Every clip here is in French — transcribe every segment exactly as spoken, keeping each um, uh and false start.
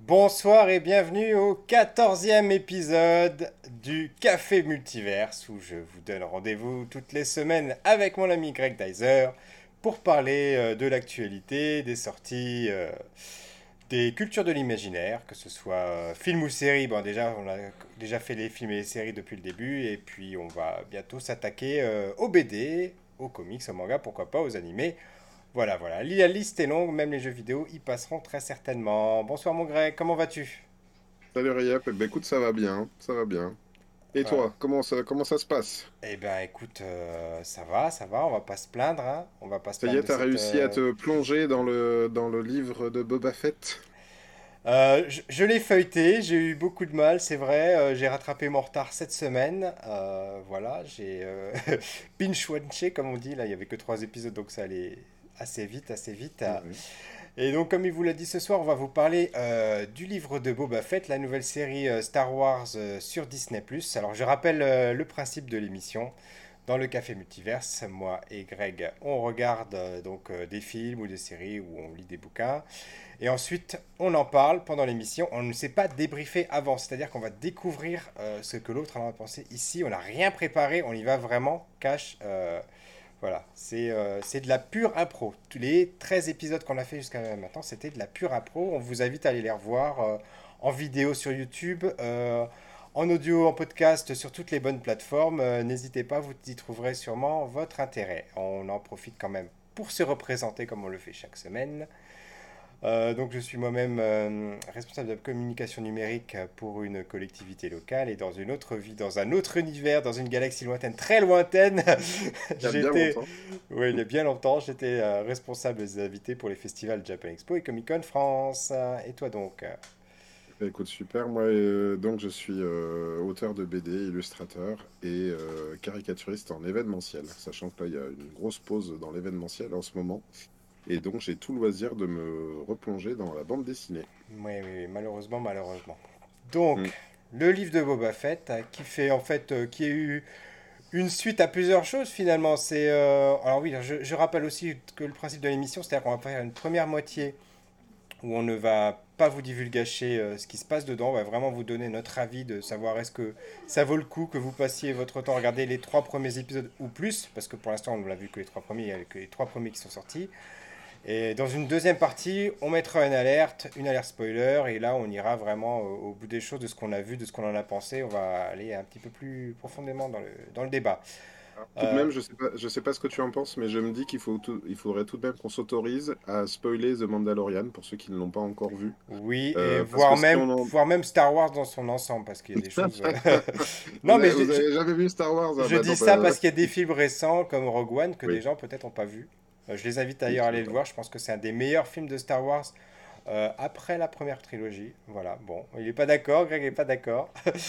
Bonsoir et bienvenue au quatorzième épisode du Café Multiverse où je vous donne rendez-vous toutes les semaines avec mon ami Greg Dyser pour parler euh, de l'actualité, des sorties, euh, des cultures de l'imaginaire, que ce soit euh, film ou série. Bon, déjà, on a déjà fait les films et les séries depuis le début et puis on va bientôt s'attaquer euh, aux B D, aux comics, aux mangas, pourquoi pas aux animés. Voilà, voilà. La liste est longue, même les jeux vidéo y passeront très certainement. Bonsoir mon Greg, comment vas-tu? Salut Riep, eh ben, écoute, ça va bien, ça va bien. Et Voilà. toi, comment ça, comment ça se passe? Eh ben écoute, euh, ça va, ça va, on va pas se plaindre, hein. On va pas se Ça y plaindre est, de t'as cette... réussi à euh, te plonger dans le, dans le livre de Boba Fett? euh, je je l'ai feuilleté, j'ai eu beaucoup de mal, c'est vrai. Euh, j'ai rattrapé mon retard cette semaine. Euh, voilà, j'ai euh, binge-watché, comme on dit. Là, il y avait que trois épisodes, donc ça allait assez vite, assez vite. Ouais. Et donc, comme il vous l'a dit ce soir, on va vous parler euh, du livre de Boba Fett, la nouvelle série euh, Star Wars euh, sur Disney+. Alors, je rappelle euh, le principe de l'émission. Dans le Café Multiverse, moi et Greg, on regarde euh, donc euh, des films ou des séries où on lit des bouquins. Et ensuite, on en parle pendant l'émission. On ne s'est pas débriefé avant, c'est-à-dire qu'on va découvrir euh, ce que l'autre en a pensé. Ici, on n'a rien préparé, on y va vraiment cash. euh, voilà, c'est euh, c'est de la pure impro. Tous les treize épisodes qu'on a fait jusqu'à maintenant, c'était de la pure impro. On vous invite à aller les revoir euh, en vidéo sur YouTube, euh, en audio, en podcast sur toutes les bonnes plateformes. Euh, n'hésitez pas, vous y trouverez sûrement votre intérêt. On en profite quand même pour se représenter comme on le fait chaque semaine. Euh, donc je suis moi-même euh, responsable de la communication numérique pour une collectivité locale et dans une autre vie, dans un autre univers, dans une galaxie lointaine, très lointaine. Il y a bien J'étais, longtemps. oui, il y a bien longtemps, j'étais euh, responsable des invités pour les festivals Japan Expo et Comic Con France. Et toi donc? Eh, écoute, super. Moi, euh, donc, je suis euh, auteur de B D, illustrateur et euh, caricaturiste en événementiel, sachant que là, il y a une grosse pause dans l'événementiel en ce moment. Et donc, j'ai tout le loisir de me replonger dans la bande dessinée. Oui, oui, oui, malheureusement, malheureusement. Donc, Mm. le livre de Boba Fett, euh, qui fait en fait, euh, qui a eu une suite à plusieurs choses finalement. C'est euh, alors oui, je, je rappelle aussi que le principe de l'émission, c'est-à-dire qu'on va faire une première moitié où on ne va pas vous divulgacher euh, ce qui se passe dedans, on va vraiment vous donner notre avis de savoir est-ce que ça vaut le coup que vous passiez votre temps à regarder les trois premiers épisodes ou plus, parce que pour l'instant on ne l'a vu que les trois premiers, il n'y a que les trois premiers qui sont sortis. Et dans une deuxième partie, on mettra une alerte, une alerte spoiler, et là on ira vraiment au, au bout des choses, de ce qu'on a vu, de ce qu'on en a pensé, on va aller un petit peu plus profondément dans le, dans le débat. Alors, tout de Euh, même, je sais pas, je sais pas ce que tu en penses, mais je me dis qu'il faut tout- il faudrait tout de même qu'on s'autorise à spoiler The Mandalorian pour ceux qui ne l'ont pas encore vu. oui, et Euh, parce que voire si même, on en... voire même Star Wars dans son ensemble, parce qu'il y a des choses... euh, Vous non, mais avez, je, vous je- avez jamais vu Star Wars? Ah je bah dis non, ça bah, parce qu'il y a des films récents comme Rogue One que des oui, gens peut-être n'ont pas vu. Euh, je les invite oui, d'ailleurs à tu aller le m'étonnes. voir, je pense que c'est un des meilleurs films de Star Wars euh, après la première trilogie. Voilà, bon, il n'est pas d'accord, Greg n'est pas d'accord.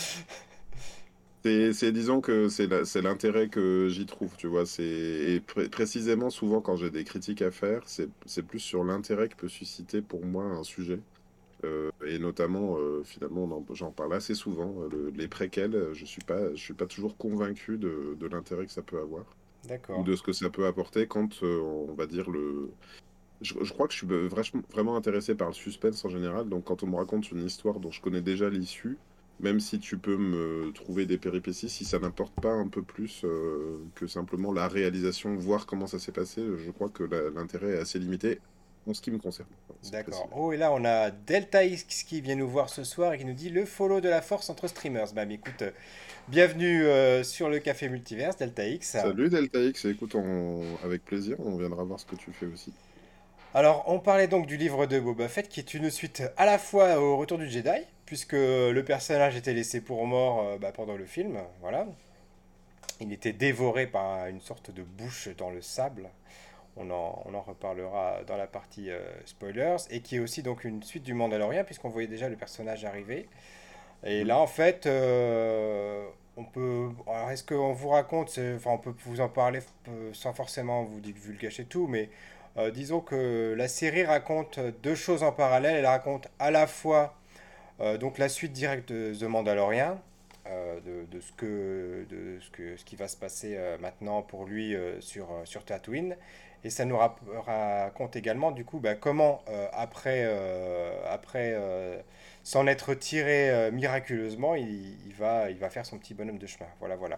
C'est, c'est- disons que c'est la- c'est l'intérêt que j'y trouve, tu vois. C'est, et pré- précisément, souvent, quand j'ai des critiques à faire, c'est, c'est plus sur l'intérêt que peut susciter pour moi un sujet. Euh, et notamment, euh, finalement, on en- j'en parle assez souvent, euh, le- les préquels, euh, je suis pas, je suis pas toujours convaincu de, de l'intérêt que ça peut avoir ou D'accord. de ce que ça peut apporter quand, euh, on va dire, le... Je, je crois que je suis vachement- vraiment intéressé par le suspense en général, donc quand on me raconte une histoire dont je connais déjà l'issue, même si tu peux me trouver des péripéties, si ça n'importe pas un peu plus euh, que simplement la réalisation, voir comment ça s'est passé, je crois que la- l'intérêt est assez limité en ce qui me concerne. Enfin, c'est D'accord. précis. Oh, et là, on a Delta X qui vient nous voir ce soir et qui nous dit le follow de la force entre streamers. Bah, mais écoute, euh, bienvenue euh, sur le Café Multiverse, Delta X. Salut Delta X, écoute, on- avec plaisir, on viendra voir ce que tu fais aussi. Alors, on parlait donc du livre de Boba Fett, qui est une suite à la fois au Retour du Jedi, puisque le personnage était laissé pour mort euh, bah, pendant le film. Voilà. Il était dévoré par une sorte de bouche dans le sable. On en, on en reparlera dans la partie euh, spoilers. Et qui est aussi donc une suite du Mandalorian, puisqu'on voyait déjà le personnage arriver. Et Mhm. là, en fait, euh, on peut. Alors, est-ce qu'on vous raconte, c'est- enfin, on peut vous en parler euh, sans forcément vous divulgacher tout, mais euh, disons que la série raconte deux choses en parallèle. Elle raconte à la fois euh, donc la suite directe de The Mandalorian euh, de, de ce que, de ce que, ce qui va se passer euh, maintenant pour lui euh, sur, euh, sur Tatooine. Et ça nous rap- raconte également, du coup, bah, comment, euh, après, euh, après euh, s'en être tiré euh, miraculeusement, il, il va, il va faire son petit bonhomme de chemin. Voilà, voilà.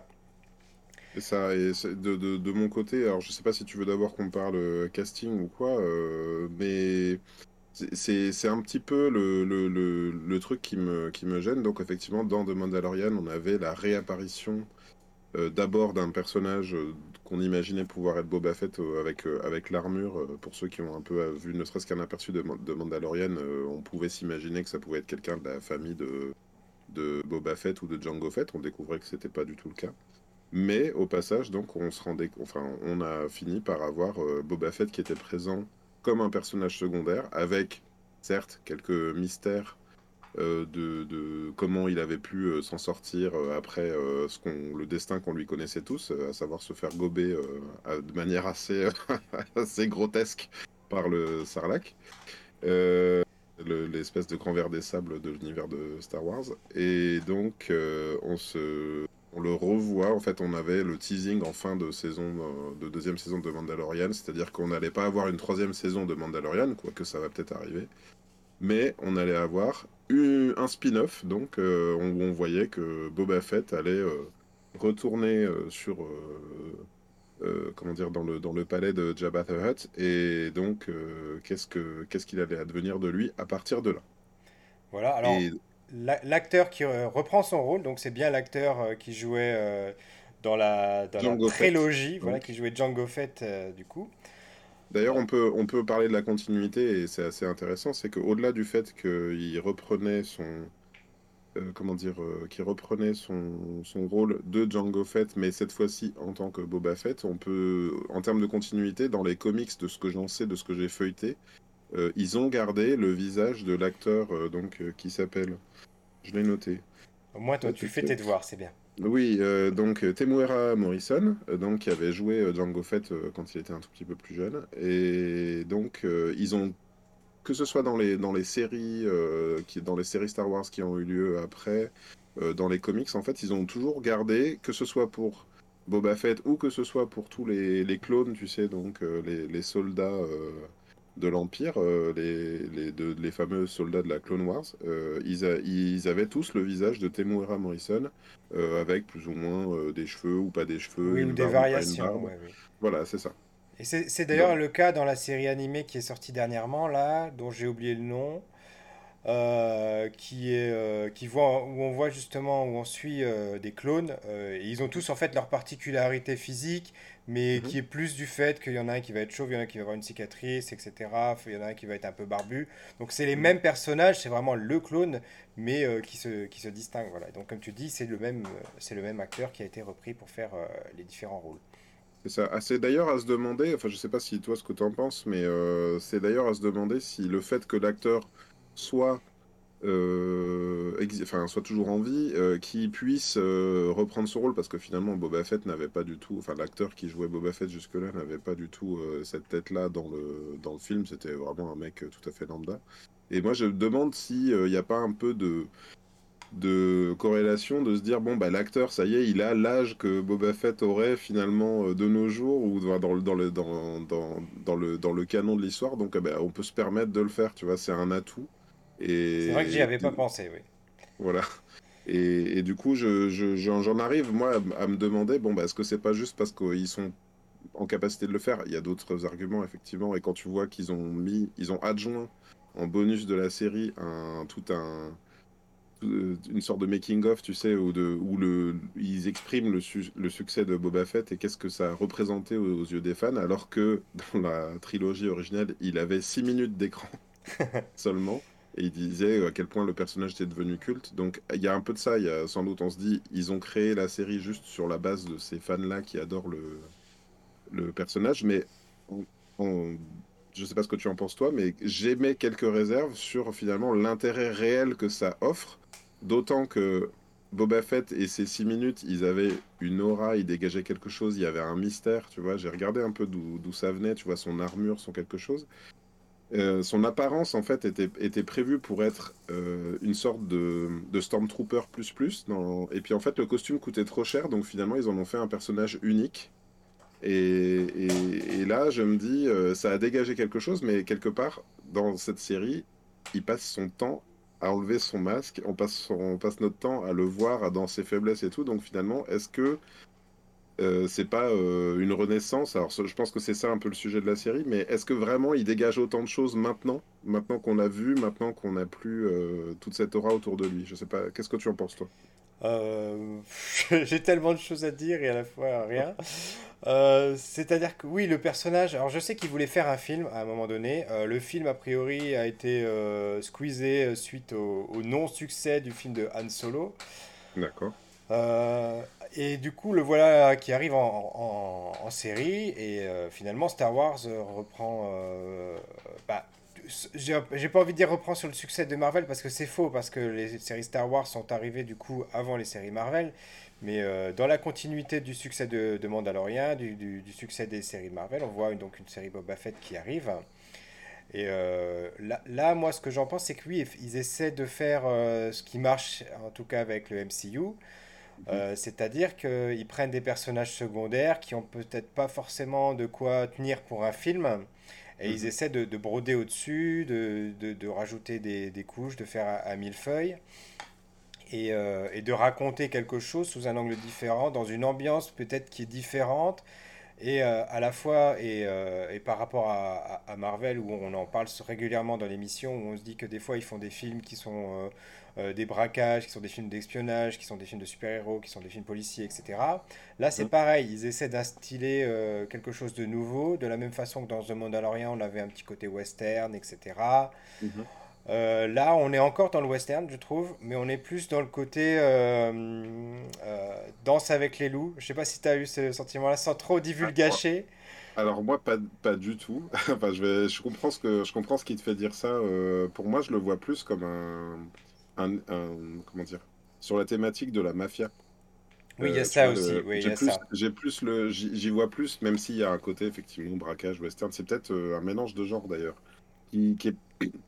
Et ça, et c'est- de, de, de mon côté, alors je sais pas si tu veux d'abord qu'on parle euh, casting ou quoi, euh, mais c'est c'est- c'est un petit peu le, le, le, le truc qui me, qui me gêne. Donc effectivement, dans The Mandalorian, on avait la réapparition euh, d'abord d'un personnage euh, qu'on imaginait pouvoir être Boba Fett euh, avec, euh, avec l'armure. Euh, pour ceux qui ont un peu euh, vu ne serait-ce qu'un aperçu de, Man- de Mandalorian, euh, on pouvait s'imaginer que ça pouvait être quelqu'un de la famille de, de Boba Fett ou de Jango Fett. On découvrait que c'était pas du tout le cas. Mais au passage, donc, on se rendait, enfin, on a fini par avoir euh, Boba Fett qui était présent comme un personnage secondaire, avec certes quelques mystères euh, de, de comment il avait pu euh, s'en sortir euh, après euh, ce qu'on, le destin qu'on lui connaissait tous, euh, à savoir se faire gober euh, à- de manière assez, assez grotesque par le Sarlacc, euh, le- l'espèce de grand ver des sables de l'univers de Star Wars. Et donc, euh, on se, on le revoit. En fait, on avait le teasing en fin de saison, euh, de deuxième saison de Mandalorian, c'est-à-dire qu'on n'allait pas avoir une troisième saison de Mandalorian, quoique ça va peut-être arriver, mais on allait avoir eu un spin-off, donc euh, on- où on voyait que Boba Fett allait euh, retourner euh, sur, euh, euh, comment dire, dans le, dans le palais de Jabba the Hutt, et donc euh, qu'est-ce que, qu'est-ce qu'il allait advenir de lui à partir de là. Voilà, alors Et la- l'acteur qui euh, reprend son rôle, donc c'est bien l'acteur euh, qui jouait euh, dans la, dans la Jango Fett, prélogie, voilà, qui donc. jouait Jango Fett euh, du coup. D'ailleurs, on peut, on peut parler de la continuité, et c'est assez intéressant, c'est qu'au-delà du fait qu'il reprenait son, euh, comment dire, euh, qui reprenait son, son rôle de Jango Fett, mais cette fois-ci en tant que Boba Fett. On peut, en termes de continuité, dans les comics, de ce que j'en sais, de ce que j'ai feuilleté, euh, ils ont gardé le visage de l'acteur euh, donc euh, qui s'appelle, je l'ai noté. Au moins toi Euh, tu tac, fais tes tac. devoirs, c'est bien. Oui, euh, donc euh, Temuera Morrison, euh, donc qui avait joué euh, Jango Fett euh, quand il était un tout petit peu plus jeune, et donc euh, ils ont, que ce soit dans les, dans les séries, euh, qui, dans les séries Star Wars qui ont eu lieu après, euh, dans les comics, en fait, ils ont toujours gardé, que ce soit pour Boba Fett ou que ce soit pour tous les, les clones, tu sais, donc euh, les, les soldats euh, de l'Empire, euh, les, les, de- les fameux soldats de la Clone Wars, euh, ils, a- ils avaient tous le visage de Temuera Morrison, euh, avec plus ou moins euh, des cheveux ou pas des cheveux, Oui, ou une des barbe ou pas une variations, barbe. oui, oui. Voilà, c'est ça. Et c'est c'est Donc, d'ailleurs le cas dans la série animée qui est sortie dernièrement, là, dont j'ai oublié le nom, euh, qui est, euh, qui voit, où on voit justement, où on suit euh, des clones, euh, et ils ont tous en fait leur particularité physique, mais mhm, qui est plus du fait qu'il y en a un qui va être chauve, il y en a un qui va avoir une cicatrice, et cetera. Il y en a un qui va être un peu barbu. Donc c'est les mhm. mêmes personnages, c'est vraiment le clone, mais euh, qui se, qui se distingue. Voilà. Donc comme tu dis, c'est le même, euh, c'est le même acteur qui a été repris pour faire euh, les différents rôles. C'est ça. Ah, c'est d'ailleurs à se demander, enfin je sais pas si toi ce que tu en penses, mais euh, c'est d'ailleurs à se demander si le fait que l'acteur soit, euh, exi- enfin, soit toujours en vie, euh, qu'il puisse euh, reprendre son rôle, parce que finalement Boba Fett n'avait pas du tout, enfin l'acteur qui jouait Boba Fett jusque-là n'avait pas du tout euh, cette tête-là dans le, dans le film, c'était vraiment un mec euh, tout à fait lambda. Et moi je me demande s'il n'y a pas un peu de de corrélation, de se dire, bon, bah, l'acteur, ça y est, il a l'âge que Boba Fett aurait finalement euh, de nos jours, ou dans, dans le, dans, le, dans, dans, dans le, dans le canon de l'histoire, donc euh, bah, on peut se permettre de le faire, tu vois, c'est un atout. C'est vrai que j'y Et avais pas de- pensé, oui. voilà. Et, et du coup, je, je- j'en j'en arrive, moi, à, à me demander, bon, bah, est-ce que c'est pas juste parce qu'ils sont en capacité de le faire? Il y a d'autres arguments, effectivement, et quand tu vois qu'ils ont mis, ils ont adjoint en bonus de la série un, tout un euh, une sorte de making-of, tu sais, où, de, où le, ils expriment le, su- le succès de Boba Fett et qu'est-ce que ça a représenté aux, aux yeux des fans, alors que dans la trilogie originale, il avait six minutes d'écran seulement, et il disait à quel point le personnage était devenu culte. Donc il y a un peu de ça, il y a sans doute, on se dit, ils ont créé la série juste sur la base de ces fans-là qui adorent le, le personnage, mais on, on- je sais pas ce que tu en penses toi, mais j'émets quelques réserves sur finalement l'intérêt réel que ça offre, d'autant que Boba Fett et ses six minutes, ils avaient une aura, ils dégageaient quelque chose, il y avait un mystère, tu vois, j'ai regardé un peu d'où d'où ça venait, tu vois, son armure, son quelque chose, Euh, son apparence, en fait, était, était prévue pour être euh, une sorte de, de Stormtrooper plus plus. Dans... Et puis, en fait, le costume coûtait trop cher, donc finalement, ils en ont fait un personnage unique. Et, et- et là, je me dis, euh, ça a dégagé quelque chose, mais quelque part, dans cette série, il passe son temps à enlever son masque, on passe, son- on passe notre temps à le voir à- dans ses faiblesses et tout. Donc finalement, est-ce que euh, c'est pas euh, une renaissance? Alors, je pense que c'est ça un peu le sujet de la série, mais est-ce que vraiment il dégage autant de choses maintenant, maintenant qu'on a vu, maintenant qu'on n'a plus euh, toute cette aura autour de lui? Je sais pas, qu'est-ce que tu en penses, toi? Euh, j'ai tellement de choses à dire et à la fois rien. Euh, c'est-à-dire que oui, le personnage. Alors je sais qu'il voulait faire un film à un moment donné. Euh, le film a priori a été euh, squeezé euh, suite au, au non-succès du film de Han Solo. D'accord. Euh, et du coup, le voilà qui arrive en, en- en série et euh, finalement Star Wars euh, reprend. Euh, bah, j'ai j'ai pas envie de dire reprend sur le succès de Marvel parce que c'est faux parce que les séries Star Wars sont arrivées du coup avant les séries Marvel. Mais euh, dans la continuité du succès de, de Mandalorian, du, du- du succès des séries Marvel, on voit une- donc une série Boba Fett qui arrive. Et euh, là, là, moi, ce que j'en pense, c'est que oui, ils essaient de faire euh, ce qui marche, en tout cas avec le M C U. Mhm, Euh, c'est-à-dire qu'ils prennent des personnages secondaires qui ont peut-être pas forcément de quoi tenir pour un film, et ils mhm, essaient de, de broder au-dessus, de, de- de rajouter des, des couches, de faire à, à millefeuille, et, euh, et de raconter quelque chose sous un angle différent, dans une ambiance peut-être qui est différente, et euh, à la fois, et, euh, et par rapport à, à- à Marvel, où on en parle régulièrement dans l'émission, où on se dit que des fois ils font des films qui sont euh, euh, des braquages, qui sont des films d'espionnage, qui sont des films de super-héros, qui sont des films policiers, et cetera. Là c'est mhm, pareil, ils essaient d'instiller euh, quelque chose de nouveau, de la même façon que dans The Mandalorian on avait un petit côté western, et cetera. mhm. Euh, là, on est encore dans le western, je trouve, mais on est plus dans le côté euh, euh, danse avec les loups. Je sais pas si tu as eu ce sentiment-là, sans trop Ah, divulgacher. alors moi, pas, pas du tout. Enfin, je vais, je comprends ce que, je comprends ce qui te fait dire ça. Euh, pour moi, je le vois plus comme un, un, un- comment dire, sur la thématique de la mafia. Oui, il y a Euh, tu ça vois, aussi. le, Oui, il y j'ai a plus, ça. j'ai plus le, j'y j'y vois plus, même s'il y a un côté effectivement braquage western. C'est peut-être euh, un mélange de genres d'ailleurs, qui, qui est,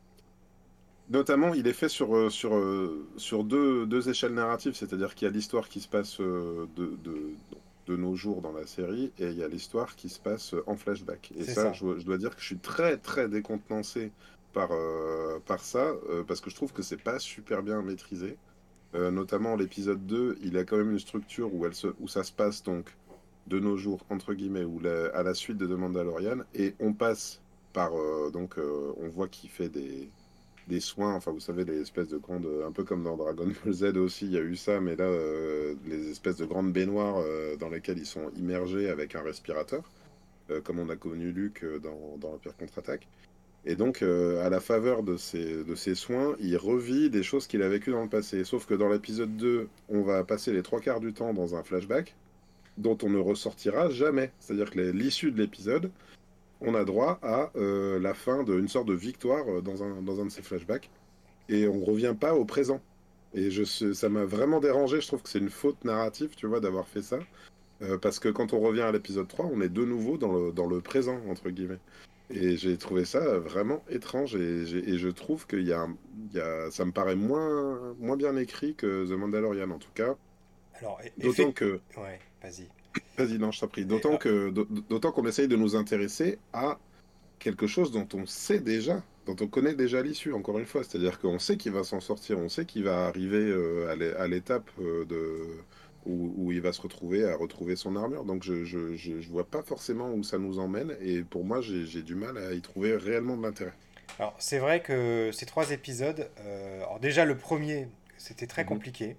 notamment, il est fait sur, euh, sur, euh, sur deux, deux échelles narratives, c'est-à-dire qu'il y a l'histoire qui se passe euh, de, de, de nos jours dans la série, et il y a l'histoire qui se passe euh, en flashback. Et C'est ça, ça. je, je dois dire que je suis très, très décontenancé par, euh, par ça, euh, parce que je trouve que c'est pas super bien maîtrisé. Euh, notamment l'épisode deux, il a quand même une structure où, elle se, où ça se passe donc de nos jours, entre guillemets, ou la- à la suite de The Mandalorian, et on passe par, euh, donc, euh, on voit qu'il fait des des soins, enfin vous savez, les espèces de grandes, un peu comme dans Dragon Ball Z aussi, il y a eu ça, mais là, euh, les espèces de grandes baignoires euh, dans lesquelles ils sont immergés avec un respirateur, euh, comme on a connu Luke euh, dans, dans l'Empire contre-attaque. Et donc, euh, à la faveur de ces, de ces soins, il revit des choses qu'il a vécues dans le passé. Sauf que dans l'épisode deux, on va passer les trois quarts du temps dans un flashback dont on ne ressortira jamais. C'est-à-dire que les- l'issue de l'épisode, on a droit à euh, la fin d'une sorte de victoire euh, dans un, dans un de ces flashbacks et on revient pas au présent. Et je, ça m'a vraiment dérangé. Je trouve que c'est une faute narrative, tu vois, d'avoir fait ça. Euh, parce que quand on revient à l'épisode trois, on est de nouveau dans le, dans le présent, entre guillemets. Et j'ai trouvé ça vraiment étrange. Et, j'ai- et je trouve qu'il y a, un- il y a, ça me paraît moins, moins bien écrit que The Mandalorian, en tout cas. Alors, D'autant effet. que, Ouais, vas-y. vas-y, non, je t'en prie. Et, D'autant ah, que, d'autant qu'on essaye de nous intéresser à quelque chose dont on sait déjà, dont on connaît déjà l'issue, encore une fois. C'est-à-dire qu'on sait qu'il va s'en sortir, on sait qu'il va arriver euh, à l'é- à l'étape euh, de... où, où il va se retrouver à retrouver son armure. Donc je, je, je, je vois pas forcément où ça nous emmène, et pour moi, j'ai, j'ai du mal à y trouver réellement de l'intérêt. alors, c'est vrai que ces trois épisodes. Euh, alors, déjà, le premier, c'était très Mhm. compliqué.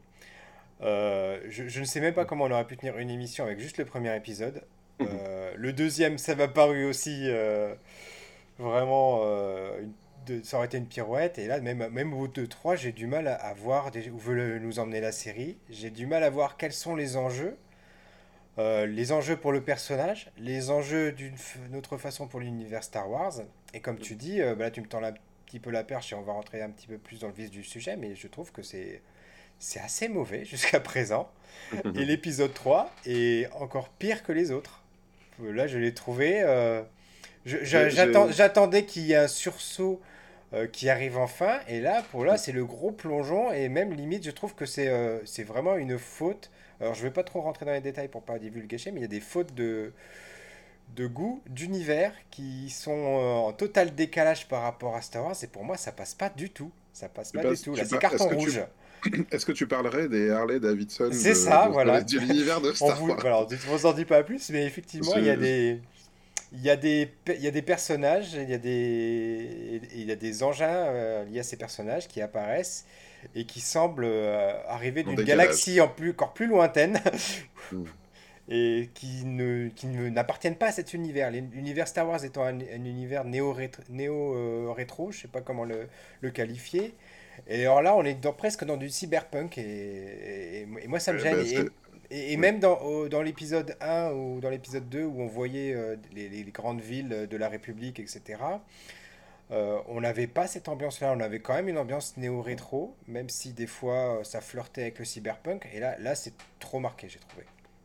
Euh, je, je ne sais même pas comment on aurait pu tenir une émission avec juste le premier épisode. Mhm. Euh, le deuxième, ça m'a paru aussi. euh, Vraiment, euh, une- de- ça aurait été une pirouette. Et là, même, même au deux trois, j'ai du mal à, à voir des- où veut le- nous emmener la série. J'ai du mal à voir quels sont les enjeux. Euh, les enjeux pour le personnage, les enjeux d'une f- autre façon pour l'univers Star Wars. Et comme tu dis, euh, bah là, tu me tends un petit peu la perche et on va rentrer un petit peu plus dans le vif du sujet. Mais je trouve que c'est c'est assez mauvais jusqu'à présent. Et Mhm. l'épisode trois est encore pire que les autres. Euh, Là, je l'ai trouvé. euh, Je- je- J'ai, j'attends, j'ai- j'attendais qu'il y ait un sursaut euh, qui arrive enfin, et là, pour là, c'est le gros plongeon, et même limite, je trouve que c'est euh, c'est vraiment une faute. Alors, je vais pas trop rentrer dans les détails pour pas divulguer, mais il y a des fautes de, de goût, d'univers, qui sont euh, en total décalage par rapport à Star Wars, et pour moi, ça passe pas du tout. Ça passe tu pas du passes- tout. Là, tu c'est par- est-ce carton que tu, rouge. est-ce que tu parlerais des Harley Davidson C'est de, ça, de, dans les- voilà. de l'univers de On Star vous, Wars? voilà, on vous en dit pas plus, mais effectivement, il y a Je- des, il y a des, pe- il y a des personnages, il y a des, il y a des engins euh, liés à ces personnages qui apparaissent et qui semblent euh, arriver En d'une décalage. galaxie en plus, encore plus lointaine Hmm. et qui ne, qui ne- n'appartiennent pas à cet univers. L'univers Star Wars étant un, un univers néo-rétro, néo, euh, rétro, je sais pas comment le, le qualifier. Et alors là, on est dans- presque dans du cyberpunk et, et- et moi ça me Eh gêne. ben, Et, c'est- et- et oui. même dans, au- dans l'épisode un ou dans l'épisode deux où on voyait euh, les, les grandes villes de la République, et cetera, euh, on n'avait pas cette ambiance-là. On avait quand même une ambiance néo-rétro, même si des fois euh, ça flirtait avec le cyberpunk. Et là, là c'est trop marqué, j'ai trouvé.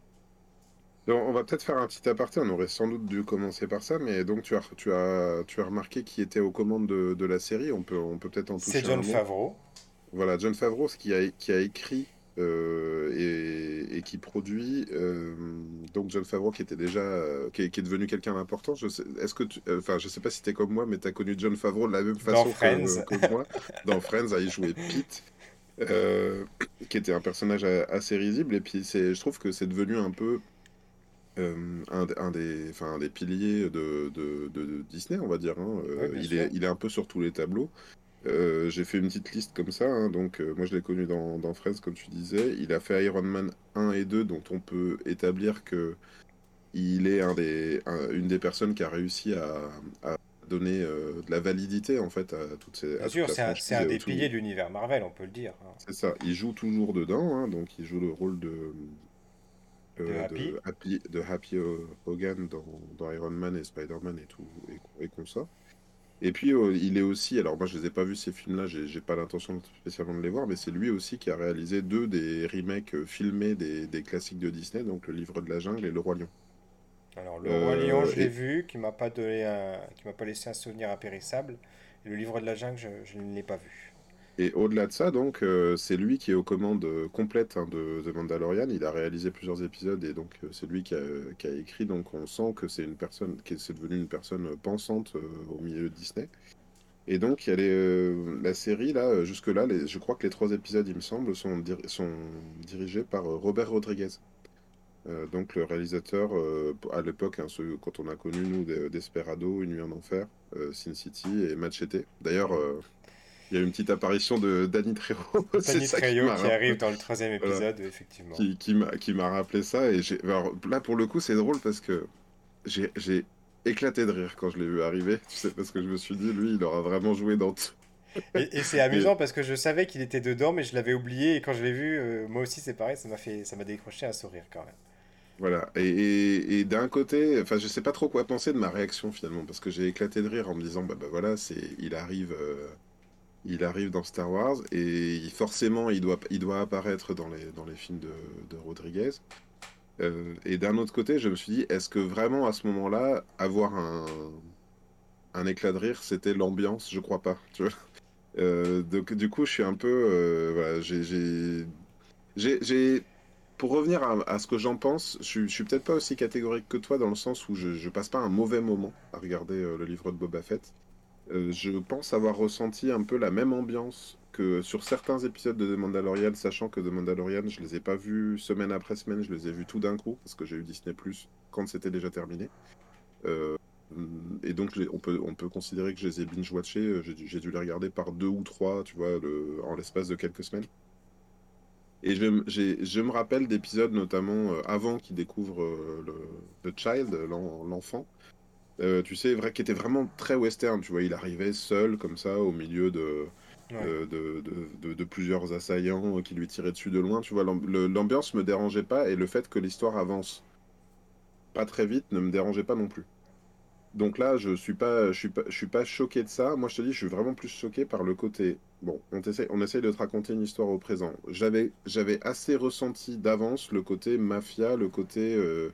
Donc, on va peut-être faire un petit aparté, on aurait sans doute dû commencer par ça, mais donc tu as, tu as, tu as remarqué qui était aux commandes de, de la série, on peut, on peut peut-être en C'est toucher un John mot. Favreau. Voilà, Jon Favreau, ce qui a, qui a écrit euh, et, et qui produit, euh, donc Jon Favreau qui était déjà, euh, qui est, qui est devenu quelqu'un d'important. Je sais, est-ce que tu, euh, enfin, je sais pas si t'es comme moi, mais t'as connu Jon Favreau de la même Dans façon que, Friends. que moi. Dans Friends, à y jouer Pete, euh, qui était un personnage a- assez risible, et puis c'est, je trouve que c'est devenu un peu euh, un, un des, enfin, un des piliers de, de, de- de Disney, on va dire, hein. Oui, Euh, bien il sûr. est, il est un peu sur tous les tableaux. Euh, j'ai fait une petite liste comme ça, hein, donc euh, moi je l'ai connu dans, dans Friends, comme tu disais. Il a fait Iron Man un et deux, dont on peut établir que il est un des, un- une des personnes qui a réussi à, à donner euh, de la validité en fait à, toutes ces, Bien à toute sûr, la c'est un, c'est franchise un et au des tout. piliers de l'univers Marvel, on peut le dire, hein. C'est ça, il joue toujours dedans, hein, donc il joue le rôle de, De euh, Happy. de Happy, de Happy euh, Hogan dans, dans Iron Man et Spider-Man et tout, et, et comme ça. Et puis, euh, il est aussi, alors moi je les ai pas vus ces films-là, j'ai j'ai pas l'intention spécialement de les voir, mais c'est lui aussi qui a réalisé deux des remakes euh, filmés des, des classiques de Disney, donc Le Livre de la Jungle et Le Roi Lion. Alors, Le Roi Lion, Euh, je l'ai et, vu, qui m'a pas donné un, qui m'a pas laissé un souvenir impérissable. Et le livre de la jungle, je, je ne l'ai pas vu. et au-delà de ça, donc, euh, c'est lui qui est aux commandes euh, complètes hein, de The Mandalorian. Il a réalisé plusieurs épisodes et donc euh, c'est lui qui a, qui a écrit. Donc on sent que c'est une personne, que c'est devenu une personne euh, pensante euh, au milieu de Disney. Et donc, il y a les, euh, la série, là, euh, jusque-là, les- je crois que les trois épisodes, il me semble, sont, dir- sont dirigés par euh, Robert Rodriguez. Euh, donc, le réalisateur, euh, à l'époque, hein, ceux- quand on a connu, nous, de- Desperado, Une nuit en enfer, euh, Sin City et Machete. D'ailleurs, Mhm. euh, il y a une petite apparition de Danny Trejo, c'est Danny ça qui Trejo m'a qui rappelé, arrive dans le troisième voilà, épisode, effectivement. qui, qui m'a, qui m'a rappelé ça. Et j'ai, alors, là, pour le coup, c'est drôle parce que j'ai, j'ai éclaté de rire quand je l'ai vu arriver, tu sais, parce que je me suis dit, lui, il aura vraiment joué dans tout. Et, et c'est Et, amusant parce que je savais qu'il était dedans, mais je l'avais oublié. Et quand je l'ai vu, euh, moi aussi, c'est pareil, ça m'a fait, ça m'a décroché un sourire quand même. Voilà. Et, et- et d'un côté, enfin, je sais pas trop quoi penser de ma réaction finalement, parce que j'ai éclaté de rire en me disant, bah, bah voilà, c'est, il arrive, euh, il arrive dans Star Wars et il- forcément, il doit, il doit apparaître dans les, dans les films de, de Rodriguez. Euh, et d'un autre côté, je me suis dit, est-ce que vraiment à ce moment-là, avoir un, un éclat de rire, c'était l'ambiance? Je crois pas. Tu vois. Euh, donc du coup, je suis un peu, euh, voilà, j'ai, j'ai, j'ai, j'ai- pour revenir à, à ce que j'en pense, je, suis- je suis peut-être pas aussi catégorique que toi dans le sens où je, je passe pas un mauvais moment à regarder euh, le livre de Boba Fett. Euh, je pense avoir ressenti un peu la même ambiance que sur certains épisodes de The Mandalorian, sachant que The Mandalorian, je les ai pas vus semaine après semaine, je les ai vus tout d'un coup parce que j'ai eu Disney Plus quand c'était déjà terminé. Euh, et donc je les- on peut, on peut considérer que je les ai binge-watchés, euh, j'ai dû, j'ai dû les regarder par deux ou trois, tu vois, le- en l'espace de quelques semaines. Et je, m- j'ai- je me rappelle d'épisodes, notamment euh, avant qu'il découvre euh, le, le child, l'en- l'enfant. Euh, tu sais, vrai, qui était vraiment très western. Tu vois, il arrivait seul, comme ça, au milieu de, Ouais. de, de, de- de- de plusieurs assaillants qui lui tiraient dessus de loin. Tu vois, l'amb- le- l'ambiance me dérangeait pas et le fait que l'histoire avance pas très vite ne me dérangeait pas non plus. Donc là, je suis pas, je suis pas, je suis pas choqué de ça. Moi, je te dis, je suis vraiment plus choqué par le côté. Bon, on essaie, on essaye de te raconter une histoire au présent. J'avais, j'avais assez ressenti d'avance le côté mafia, le côté euh,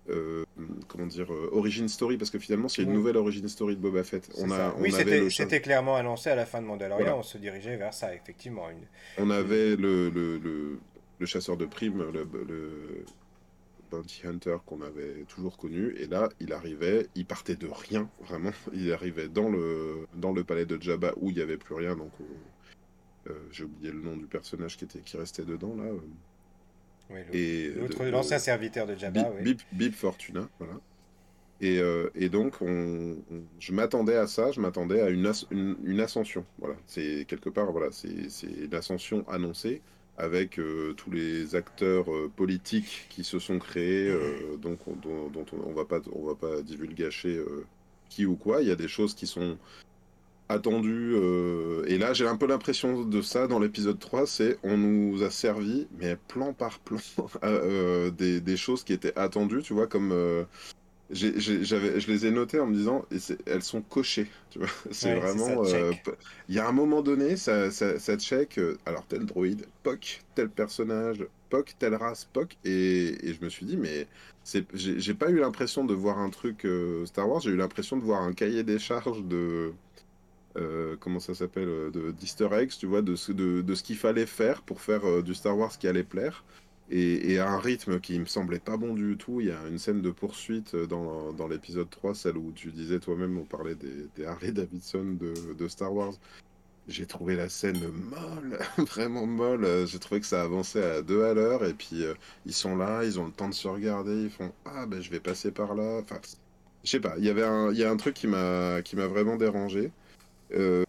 euh, comment dire, euh, origin story, parce que finalement, c'est une Oui, nouvelle origin story de Boba Fett. c'est On ça. a, Oui, on avait c'était le chat, c'était clairement annoncé à la fin de Mandalorian, voilà, on se dirigeait vers ça, effectivement. Une, on une- avait le, le, le, le chasseur de primes, le, le Bounty Hunter qu'on avait toujours connu, et là, il arrivait, il partait de rien, vraiment. Il arrivait dans le, dans le palais de Jabba où il n'y avait plus rien, donc on- euh, j'ai oublié le nom du personnage qui était, qui restait dedans là, euh, oui, et le- de, l'autre, l'ancien de serviteur de Jabba, Bib, oui. Bib, Bib Fortuna, voilà. Et, euh, et donc, on, on- je m'attendais à ça, je m'attendais à une, as- une, une ascension. Voilà, c'est quelque part, voilà, c'est c'est une ascension annoncée avec euh, tous les acteurs euh, politiques qui se sont créés, euh, donc on- dont, dont on, on va pas, on va pas divulgacher euh, qui ou quoi. Il y a des choses qui sont attendues, euh, et là, j'ai un peu l'impression de ça dans l'épisode trois, c'est on nous a servi, mais plan par plan, euh, des, des choses qui étaient attendues, tu vois, comme euh, j'ai- j'ai- j'avais, je les ai notées en me disant, et c'est- elles sont cochées, tu vois. C'est Oui, c'est ça, vraiment. euh, check. p- Il y a un moment donné, ça, ça, ça check, euh, alors tel droïde, P O C, tel personnage, P O C, telle race, P O C, et, et je me suis dit, mais c'est, j'ai j'ai pas eu l'impression de voir un truc euh, Star Wars, j'ai eu l'impression de voir un cahier des charges de. Euh, comment ça s'appelle, euh, de d'Easter eggs, tu vois, de, ce- de, de ce qu'il fallait faire pour faire euh, du Star Wars qui allait plaire. Et, et à un rythme qui me semblait pas bon du tout. Il y a une scène de poursuite euh, dans, dans l'épisode trois, celle où tu disais toi-même, on parlait des, des Harley Davidson de, de Star Wars. J'ai trouvé la scène molle, vraiment molle. Euh, J'ai trouvé que ça avançait à deux à l'heure. Et puis euh, ils sont là, ils ont le temps de se regarder. Ils font ah ben je vais passer par là. Enfin, je sais pas. Il y avait un, il y a un truc qui m'a qui m'a vraiment dérangé. Euh,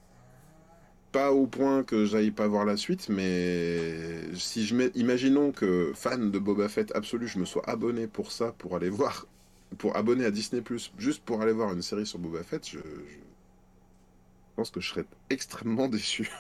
Pas au point que j'aille pas voir la suite, mais si je mets, imaginons que fan de Boba Fett absolu, je me sois abonné pour ça, pour aller voir, pour abonner à Disney+, juste pour aller voir une série sur Boba Fett, je, je pense que je serais extrêmement déçu.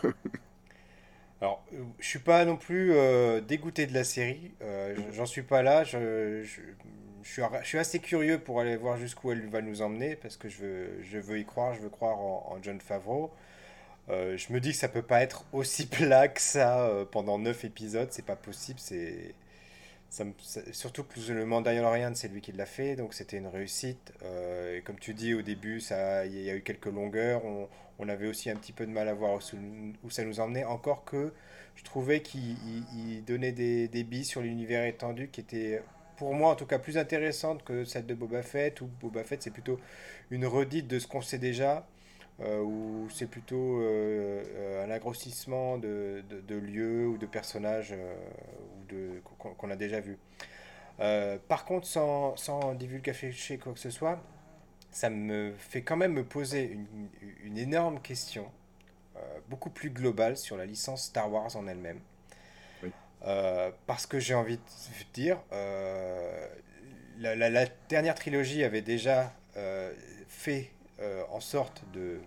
Alors, euh, je suis pas non plus euh, dégoûté de la série, euh, j'en suis pas là, je, je, je suis, ar- je suis assez curieux pour aller voir jusqu'où elle va nous emmener, parce que je veux, je veux y croire, je veux croire en, en Jon Favreau. Euh, je me dis que ça peut pas être aussi plat que ça euh, pendant neuf épisodes, c'est pas possible, c'est... Ça me- ça- surtout que le Mandalorian, c'est lui qui l'a fait, donc c'était une réussite. Euh, et comme tu dis, au début, ça, il y a eu quelques longueurs. On, on avait aussi un petit peu de mal à voir où, sou- où ça nous emmenait. Encore que je trouvais qu'il il- il donnait des, des billes sur l'univers étendu qui étaient, pour moi en tout cas, plus intéressantes que celle de Boba Fett. Où Boba Fett, c'est plutôt une redite de ce qu'on sait déjà, euh, où c'est plutôt euh, euh, un agrandissement de, de- de lieux ou de personnages euh, ou de, qu'on qu'on a déjà vus. Euh, par contre, sans, sans divulgacher quoi que ce soit, ça me fait quand même me poser une, une énorme question, euh, beaucoup plus globale sur la licence Star Wars en elle-même. Oui. Euh, parce que j'ai envie de dire, euh, la, la- la dernière trilogie avait déjà euh, fait euh, en sorte de,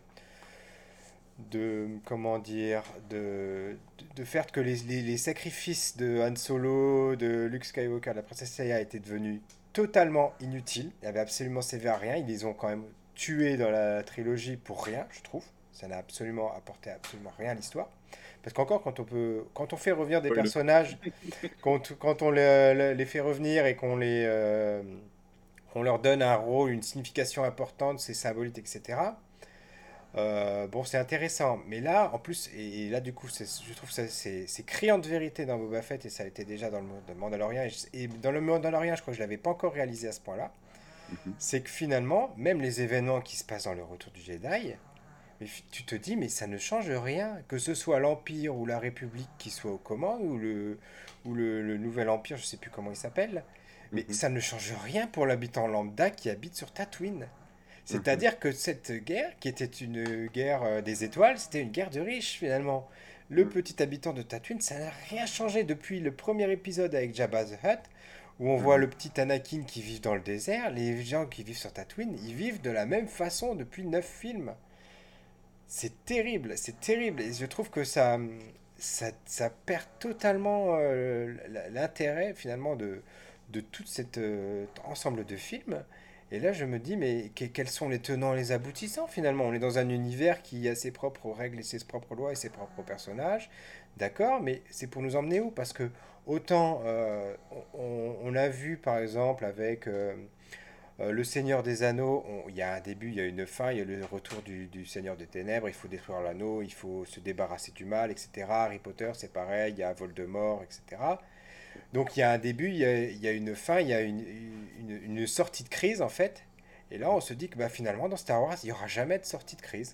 de comment dire de, de faire que les, les, les sacrifices de Han Solo, de Luke Skywalker, de la princesse Leia étaient devenus totalement inutiles. Il n'y avait absolument servi à rien. Ils les ont quand même tués dans la trilogie pour rien, je trouve. Ça n'a absolument apporté absolument rien à l'histoire. Parce qu'encore, quand on peut, quand on fait revenir des Spoil. personnages, quand, quand on les, les fait revenir et qu'on les, euh, on leur donne un rôle, une signification importante, c'est symbolique, et cetera. Euh, bon, c'est intéressant, mais là, en plus, et, et là, du coup, c'est- je trouve que ça- c'est c'est criant de vérité dans Boba Fett, et ça a été déjà dans le dans le Mandalorian, et, je- et dans le Mandalorian, je crois que je l'avais pas encore réalisé à ce point-là, Mhm. c'est que finalement, même les événements qui se passent dans le Retour du Jedi, mais fi- tu te dis, mais ça ne change rien, que ce soit l'Empire ou la République qui soit aux commandes, ou le, ou le, le Nouvel Empire, je sais plus comment il s'appelle, mais Mhm. ça ne change rien pour l'habitant lambda qui habite sur Tatooine. Mhm. C'est-à-dire que cette guerre, qui était une guerre euh, des étoiles, c'était une guerre de riches finalement. Le Mhm. petit habitant de Tatooine, ça n'a rien changé depuis le premier épisode avec Jabba the Hutt, où on voit Mhm. le petit Anakin qui vit dans le désert. Les gens qui vivent sur Tatooine, ils vivent de la même façon depuis neuf films. C'est terrible, c'est terrible. Et je trouve que ça, ça, ça perd totalement euh, l'intérêt finalement de, de tout cet euh, ensemble de films. Et là, je me dis, mais que- quels sont les tenants et les aboutissants finalement? On est dans un univers qui a ses propres règles et ses propres lois et ses propres personnages. D'accord, mais c'est pour nous emmener où? Parce que autant euh, on, on a vu par exemple avec euh, euh, Le Seigneur des Anneaux, on- il y a un début, il y a une fin, il y a le retour du, du Seigneur des Ténèbres, il faut détruire l'anneau, il faut se débarrasser du mal, et cetera. Harry Potter, c'est pareil, il y a Voldemort, et cetera. Donc il y a un début, il y a, il y a une fin, il y a une, une- une sortie de crise en fait. Et là, on se dit que bah, finalement, dans Star Wars, il n'y aura jamais de sortie de crise.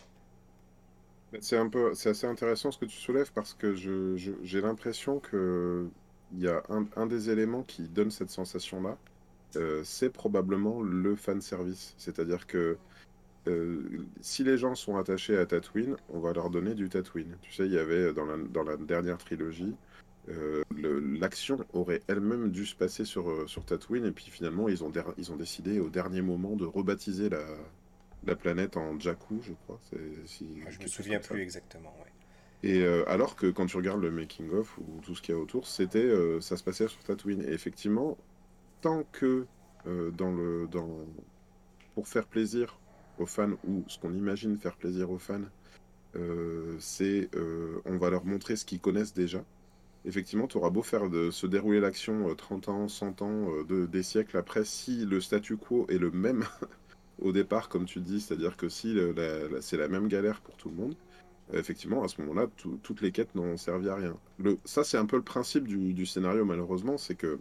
Mais C'est un peu, c'est assez intéressant ce que tu soulèves parce que je, je- j'ai l'impression que il y a un, un des éléments qui donne cette sensation-là, euh, c'est probablement le fan service. C'est-à-dire que euh, si les gens sont attachés à Tatooine, on va leur donner du Tatooine. Tu sais, il y avait dans la, dans la dernière trilogie, euh, le- l'action aurait elle-même dû se passer sur, euh, sur Tatooine, et puis finalement, ils ont, der- ils ont décidé au dernier moment de rebaptiser la, la planète en Jakku, je crois, c'est si, Moi, je me quelque chose souviens comme ça. plus exactement. Ouais. Et euh, alors que quand tu regardes le making-of ou tout ce qu'il y a autour, c'était, euh, ça se passait sur Tatooine. Et effectivement, tant que euh, dans le, dans, pour faire plaisir aux fans, ou ce qu'on imagine faire plaisir aux fans, euh, c'est euh, on va leur montrer ce qu'ils connaissent déjà. Effectivement, tu auras beau faire de, se dérouler l'action euh, trente ans, cent ans, euh, de, des siècles après, si le statu quo est le même au départ, comme tu dis, c'est-à-dire que si le- la- la- c'est la même galère pour tout le monde, euh, effectivement, à ce moment-là, tout- toutes les quêtes n'ont servi à rien. Le, ça, c'est un peu le principe du, du scénario, malheureusement, c'est que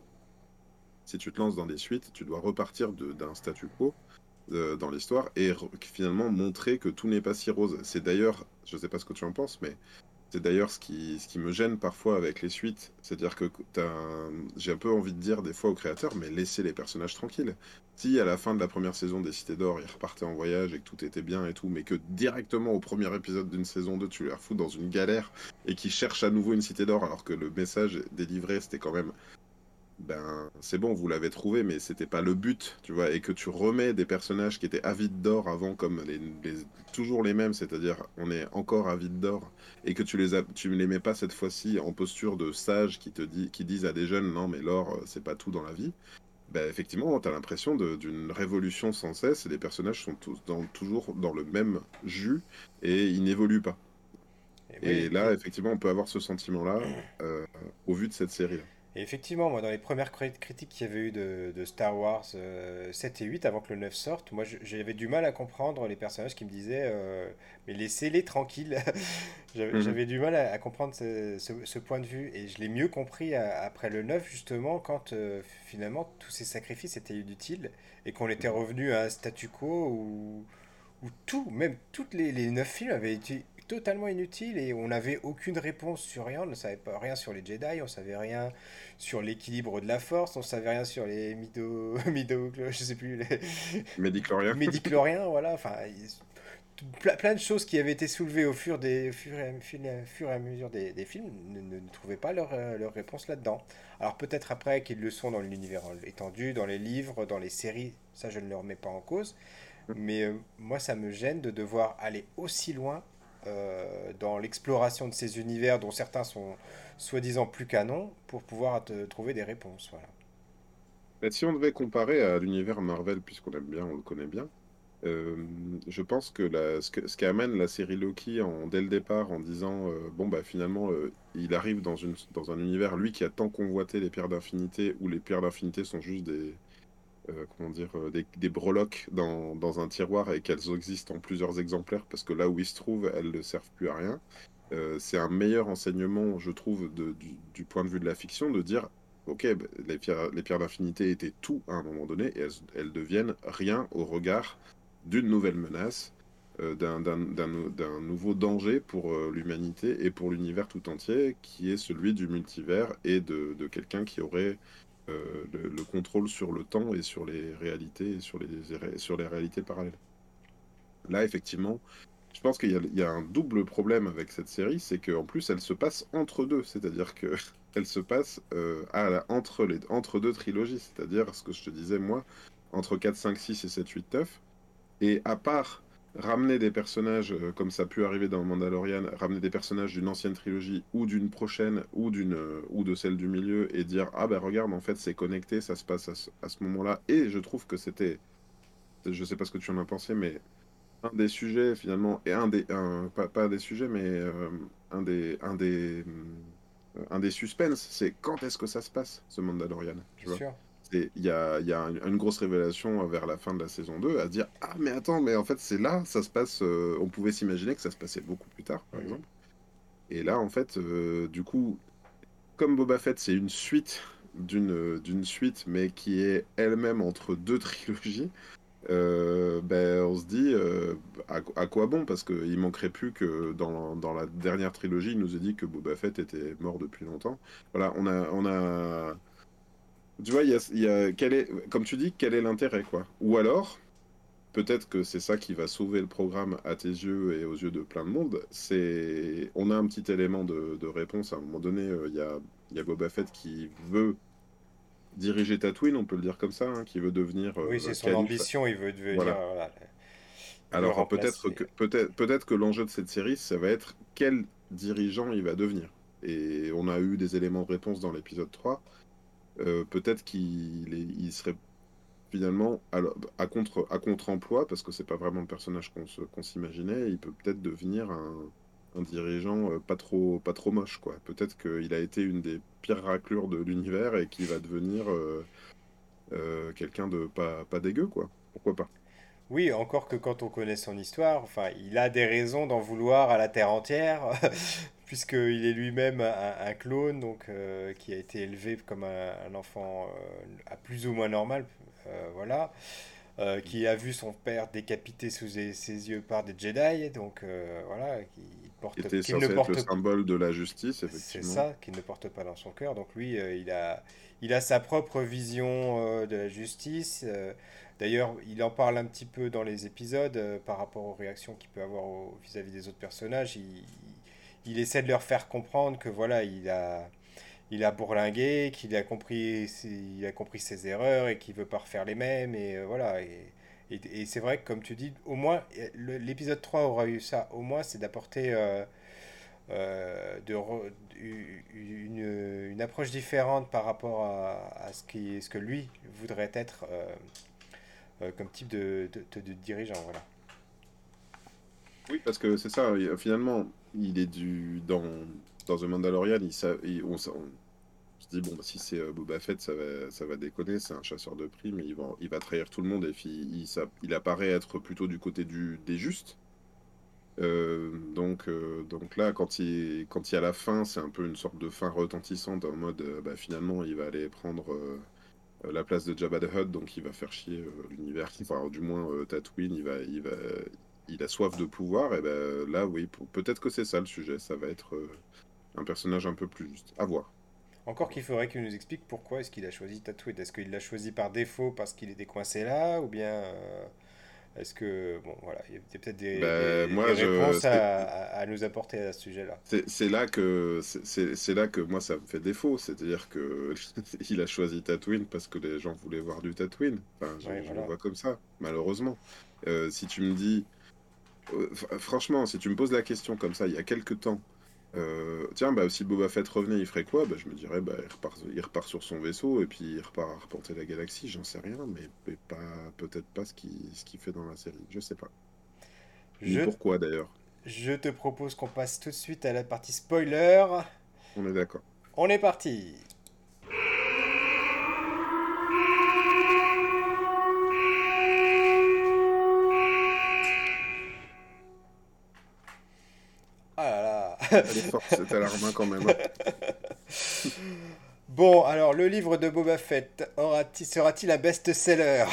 si tu te lances dans des suites, tu dois repartir de- d'un statu quo euh, dans l'histoire et re- finalement montrer que tout n'est pas si rose. C'est d'ailleurs, je ne sais pas ce que tu en penses, mais c'est d'ailleurs ce qui, ce qui me gêne parfois avec les suites. C'est-à-dire que t'as un- j'ai un peu envie de dire des fois aux créateurs, mais laissez les personnages tranquilles. Si à la fin de la première saison des Cités d'Or, ils repartaient en voyage et que tout était bien et tout, mais que directement au premier épisode d'une saison deux, tu les refous dans une galère et qu'ils cherchent à nouveau une Cité d'Or alors que le message délivré, c'était quand même ben c'est bon, vous l'avez trouvé, mais c'était pas le but, tu vois, et que tu remets des personnages qui étaient avides d'or avant comme les, les- toujours les mêmes, c'est-à-dire on est encore avides d'or, et que tu les as, tu les mets pas cette fois-ci en posture de sages qui te dit, qui disent à des jeunes non mais l'or euh, c'est pas tout dans la vie, ben effectivement t'as l'impression de- d'une révolution sans cesse et les personnages sont tous dans, toujours dans le même jus et ils n'évoluent pas. Et Et oui, là effectivement on peut avoir ce sentiment-là euh, au vu de cette série-là. et effectivement, moi, dans les premières cri- critiques qu'il y avait eu de, de Star Wars euh, sept et huit, avant que le neuf sorte, moi, je- j'avais du mal à comprendre les personnages qui me disaient euh, mais laissez-les tranquilles. J'avais Mhm. j'avais du mal à, à comprendre ce, ce- ce point de vue. Et je l'ai mieux compris à- après le neuf justement, quand euh, finalement tous ces sacrifices étaient inutiles et qu'on était Mhm. revenu à un statu quo où, où tout, même toutes les, les neuf films avaient été totalement inutiles et on n'avait aucune réponse sur rien. On ne savait pas rien sur les Jedi, on savait rien sur l'équilibre de la Force, on savait rien sur les mido, mido, je sais plus, les Midi-chlorien. médicloriens, voilà. Enfin, plein, plein de choses qui avaient été soulevées au fur, des, au fur, et, à, fur et à mesure des, des films ne, ne, ne trouvaient pas leur, euh, leur réponse là-dedans. Alors peut-être après qu'ils le sont dans l'univers étendu, dans les livres, dans les séries, ça je ne le remets pas en cause. Mais euh, moi, ça me gêne de devoir aller aussi loin euh, dans l'exploration de ces univers dont certains sont soi-disant plus canons pour pouvoir te trouver des réponses. Voilà. Mais si on devait comparer à l'univers Marvel, puisqu'on aime bien, on le connaît bien, euh, je pense que, la, ce que ce qu'amène la série Loki en, dès le départ en disant euh, bon bah finalement euh, il arrive dans, une, dans un univers, lui qui a tant convoité les pierres d'infinité, où les pierres d'infinité sont juste des, euh, comment dire, euh, des, des breloques dans, dans un tiroir et qu'elles existent en plusieurs exemplaires parce que là où ils se trouvent, elles ne servent plus à rien. Euh, c'est un meilleur enseignement, je trouve, de- du, du point de vue de la fiction, de dire, ok, bah, les pierres, les pierres d'infinité étaient tout à un moment donné, et elles, elles deviennent rien au regard d'une nouvelle menace, euh, d'un, d'un, d'un- d'un nouveau danger pour euh, l'humanité et pour l'univers tout entier, qui est celui du multivers et de, de quelqu'un qui aurait euh, le, le contrôle sur le temps et sur les réalités, et sur les, sur les réalités parallèles. Là, effectivement, je pense qu'il y a, il y a un double problème avec cette série, c'est qu'en plus, elle se passe entre deux, c'est-à-dire que elle se passe euh, à la- entre, les, entre deux trilogies, c'est-à-dire ce que je te disais, moi, entre quatre cinq six et sept huit neuf. Et à part ramener des personnages, euh, comme ça a pu arriver dans Mandalorian, ramener des personnages d'une ancienne trilogie ou d'une prochaine ou d'une euh, ou de celle du milieu et dire ah ben regarde en fait c'est connecté, ça se passe à ce, à ce moment-là. Et je trouve que c'était, je sais pas ce que tu en as pensé, mais un des sujets finalement, et un des, un- pas, pas un des sujets, mais euh, un des, un des, euh, un des suspens, c'est quand est-ce que ça se passe, ce Mandalorian, tu Bien vois. sûr. C'est- Il y a, il y a un- une grosse révélation vers la fin de la saison deux à se dire, ah mais attends, mais en fait c'est là, ça se passe, euh, on pouvait s'imaginer que ça se passait beaucoup plus tard, par Mhm. exemple. Et là, en fait, euh, du coup, comme Boba Fett, c'est une suite d'une d'une suite, mais qui est elle-même entre deux trilogies, euh, ben, on se dit euh, à, à quoi bon? Parce qu'il manquerait plus que dans, dans la dernière trilogie, il nous a dit que Boba Fett était mort depuis longtemps. Voilà, on a, on a... Tu vois, il y a, il y a- quel est, comme tu dis, quel est l'intérêt, quoi? Ou alors, peut-être que c'est ça qui va sauver le programme à tes yeux et aux yeux de plein de monde. C'est, on a un petit élément de, de réponse. À un moment donné, euh, il y a, il y a Boba Fett qui veut diriger Tatooine, on peut le dire comme ça, hein, qui veut devenir Oui, c'est euh, son calife. ambition, il veut devenir, Voilà. euh, voilà, il veut Alors peut-être remplacer. que peut-être peut-être que l'enjeu de cette série, ça va être quel dirigeant il va devenir. Et on a eu des éléments de réponse dans l'épisode trois. Euh, peut-être qu'il est- il serait finalement à, l- à contre à contre-emploi parce que c'est pas vraiment le personnage qu'on se- qu'on s'imaginait. Il peut peut-être devenir un, un dirigeant euh, pas trop pas trop moche, quoi. Peut-être qu'il a été une des pires raclures de l'univers et qu'il va devenir euh, euh, quelqu'un de pas pas dégueu, quoi. Pourquoi pas? Oui, encore que quand on connaît son histoire, enfin, il a des raisons d'en vouloir à la terre entière, puisqu'il est lui-même un, un clone, donc euh, qui a été élevé comme un, un enfant euh, à plus ou moins normal, euh, voilà, euh, qui a vu son père décapité sous ses, ses yeux par des Jedi, donc euh, voilà, qu'il Qui porte, était qu'il ne censé être le porte, symbole de la justice, c'est effectivement. ça, qu'il ne porte pas dans son cœur. Donc lui, euh, il a, il a sa propre vision euh, de la justice. euh, D'ailleurs, il en parle un petit peu dans les épisodes euh, par rapport aux réactions qu'il peut avoir au- vis-à-vis des autres personnages. Il, il essaie de leur faire comprendre que voilà, il a, il a bourlingué, qu'il a compris, ses- il a compris ses erreurs et qu'il veut pas refaire les mêmes. Et euh, voilà. Et, et- et c'est vrai que comme tu dis, au moins, le- l'épisode trois aura eu ça. Au moins, c'est d'apporter euh, euh, de re- une, une approche différente par rapport à, à ce, qui, ce que lui voudrait être euh, euh, comme type de, de, de- de dirigeant. Voilà. Oui, parce que c'est ça, il- finalement, il est du dans dans The Mandalorian, il, sa- il- on, s- on se dit bon, bah, si c'est euh, Boba Fett, ça va ça va déconner, c'est un chasseur de primes, il va il va trahir tout le monde et puis il, ça- il apparaît être plutôt du côté du des justes. Euh, donc euh, donc là, quand il quand il y a la fin, c'est un peu une sorte de fin retentissante en mode euh, bah, finalement il va aller prendre euh, la place de Jabba the Hutt, donc il va faire chier euh, l'univers, enfin du moins euh, Tatooine, il va, il va, il a soif de pouvoir, et ben là oui, pour- peut-être que c'est ça le sujet, ça va être euh, un personnage un peu plus juste. À voir. À Encore voir. qu'il faudrait qu'il nous explique pourquoi est-ce qu'il a choisi Tatooine. Est-ce qu'il l'a choisi par défaut parce qu'il était coincé là ou bien euh, est-ce que bon voilà, il y a peut-être des, Ben des, des moi je, réponses c'est à, à- à nous apporter à ce sujet-là. c'est- c'est là que c'est c'est- c'est là que moi ça me fait défaut, c'est-à-dire que il a choisi Tatooine parce que les gens voulaient voir du Tatooine. Enfin, je, Ouais, je le voilà. vois comme ça, malheureusement. Euh, si tu me dis, euh, fr- franchement, si tu me poses la question comme ça, il y a quelques temps. Euh, tiens, bah, si Boba Fett revenait, il ferait quoi? Bah, je me dirais, bah, il repart, il repart sur son vaisseau et puis il repart à reporter la galaxie. J'en sais rien, mais, mais pas, peut-être pas ce qu'il ce qu'il fait dans la série. Je sais pas. Ni Je, pourquoi d'ailleurs. je te propose qu'on passe tout de suite à la partie spoiler. On est d'accord. On est parti. Ah là là. Elle est forte cette alarme hein, quand même, hein. Bon, alors le livre de Boba Fett aura-t-il- sera-t-il un best-seller?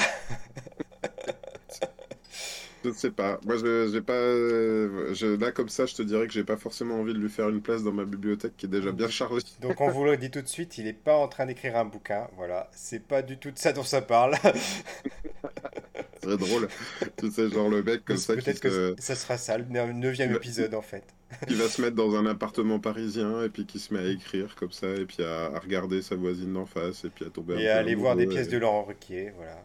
Je ne sais pas. Moi, je, j'ai pas. euh, Je, là, comme ça, je te dirais que j'ai pas forcément envie de lui faire une place dans ma bibliothèque qui est déjà bien chargée. Donc on vous le dit tout de suite, il n'est pas en train d'écrire un bouquin, voilà, c'est pas du tout de ça dont ça parle. Ce serait drôle. Tu sais, genre le mec Mais comme c'est ça qui peut-être que se, ça sera ça, le neuvième qui va, épisode en fait. qui va se mettre dans un appartement parisien et puis qui se met à écrire comme ça et puis à, à regarder sa voisine d'en face et puis à tomber un Et peu aller voir des amoureux. pièces et- de Laurent Ruquier, voilà.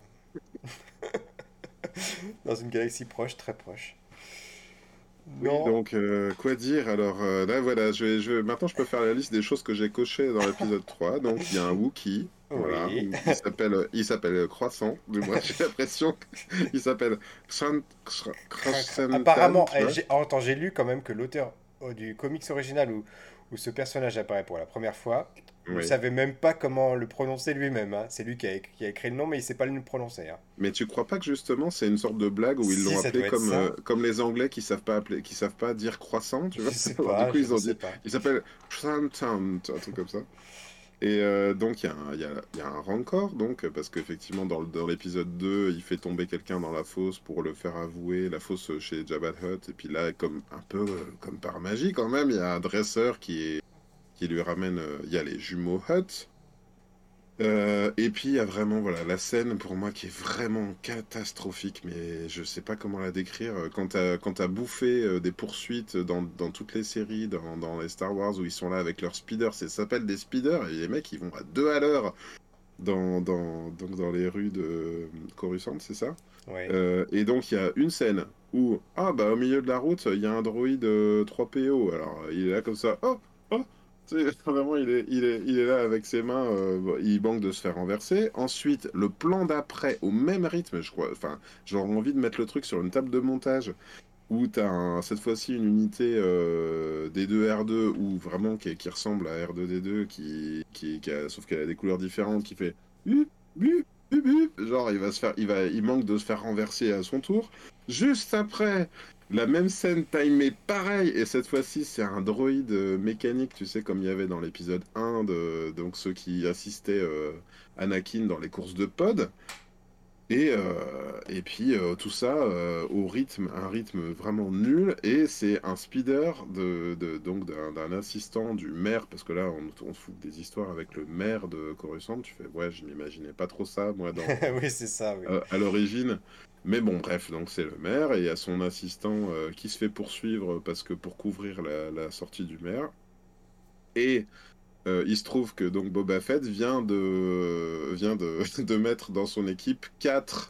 Dans une galaxie proche, très proche. Oui, Non. donc euh, quoi dire? Alors euh, là voilà, je vais, je vais- maintenant je peux faire la liste des choses que j'ai cochées dans l'épisode trois. Donc il y a un Wookie, voilà, Oui. il s'appelle il s'appelle Croissant, du moins j'ai l'impression qu'il s'appelle Cran- Cra- Crin, crin. Croissantan, Apparemment, tu eh, vois. j'ai... oh, attends, j'ai lu quand même que l'auteur au- du comics original où, où ce personnage apparaît pour la première fois, il ne Oui. savait même pas comment le prononcer lui-même, hein. C'est lui qui a, qui a écrit le nom, mais il ne sait pas le prononcer, hein. Mais tu crois pas que justement c'est une sorte de blague où ils Si, l'ont ça appelé doit être comme, euh, ça. comme les Anglais qui savent pas appeler, qui savent pas dire croissant, tu vois? Je sais Alors du pas, coup je ils ne ont sais dit, pas. il s'appelle Croissant, un truc comme ça. Et euh, donc il y a un, il y a, il y a un rancor donc parce qu'effectivement dans, le- dans l'épisode deux il fait tomber quelqu'un dans la fosse pour le faire avouer la fosse chez Jabba the Hutt et puis là comme un peu euh, comme par magie quand même il y a un dresseur qui est qui lui ramène euh, il y a les jumeaux Hutt. Euh, et puis il y a vraiment voilà la scène pour moi qui est vraiment catastrophique, mais je sais pas comment la décrire. Quand t'as quand t'as bouffé euh, des poursuites dans, dans toutes les séries, dans, dans les Star Wars où ils sont là avec leurs speeders, ça s'appelle des speeders et les mecs ils vont à deux à l'heure dans, dans, donc dans les rues de Coruscant, c'est ça? Oui. Euh, et donc il y a une scène où ah bah au milieu de la route il y a un droïde euh, trois P O, alors il est là comme ça, oh oh, tu sais, vraiment il est, il est, il est là avec ses mains, euh, bon, il manque de se faire renverser. Ensuite le plan d'après au même rythme, je crois, enfin j'aurais envie de mettre le truc sur une table de montage où tu as cette fois-ci une unité euh, D deux R deux ou vraiment qui, qui ressemble à R deux D deux qui, qui, qui a, sauf qu'elle a des couleurs différentes qui fait bu, bu, bu, bu. Genre il va se faire il va il manque de se faire renverser à son tour. Juste après la même scène timée pareil et cette fois-ci c'est un droïde euh, mécanique, tu sais comme il y avait dans l'épisode un de donc ceux qui assistaient euh, Anakin dans les courses de pod. Et, euh, et puis euh, tout ça euh, au rythme, un rythme vraiment nul. Et c'est un speeder de, de- donc d'un d'un assistant du maire, parce que là on, on se fout des histoires avec le maire de Coruscant. Tu fais ouais, je n'imaginais pas trop ça moi dans Oui, c'est ça, oui. euh, à l'origine. Mais bon, bref, donc c'est le maire et il y a son assistant euh, qui se fait poursuivre parce que pour couvrir la, la sortie du maire. Et euh, il se trouve que donc Boba Fett vient de vient de, de mettre dans son équipe quatre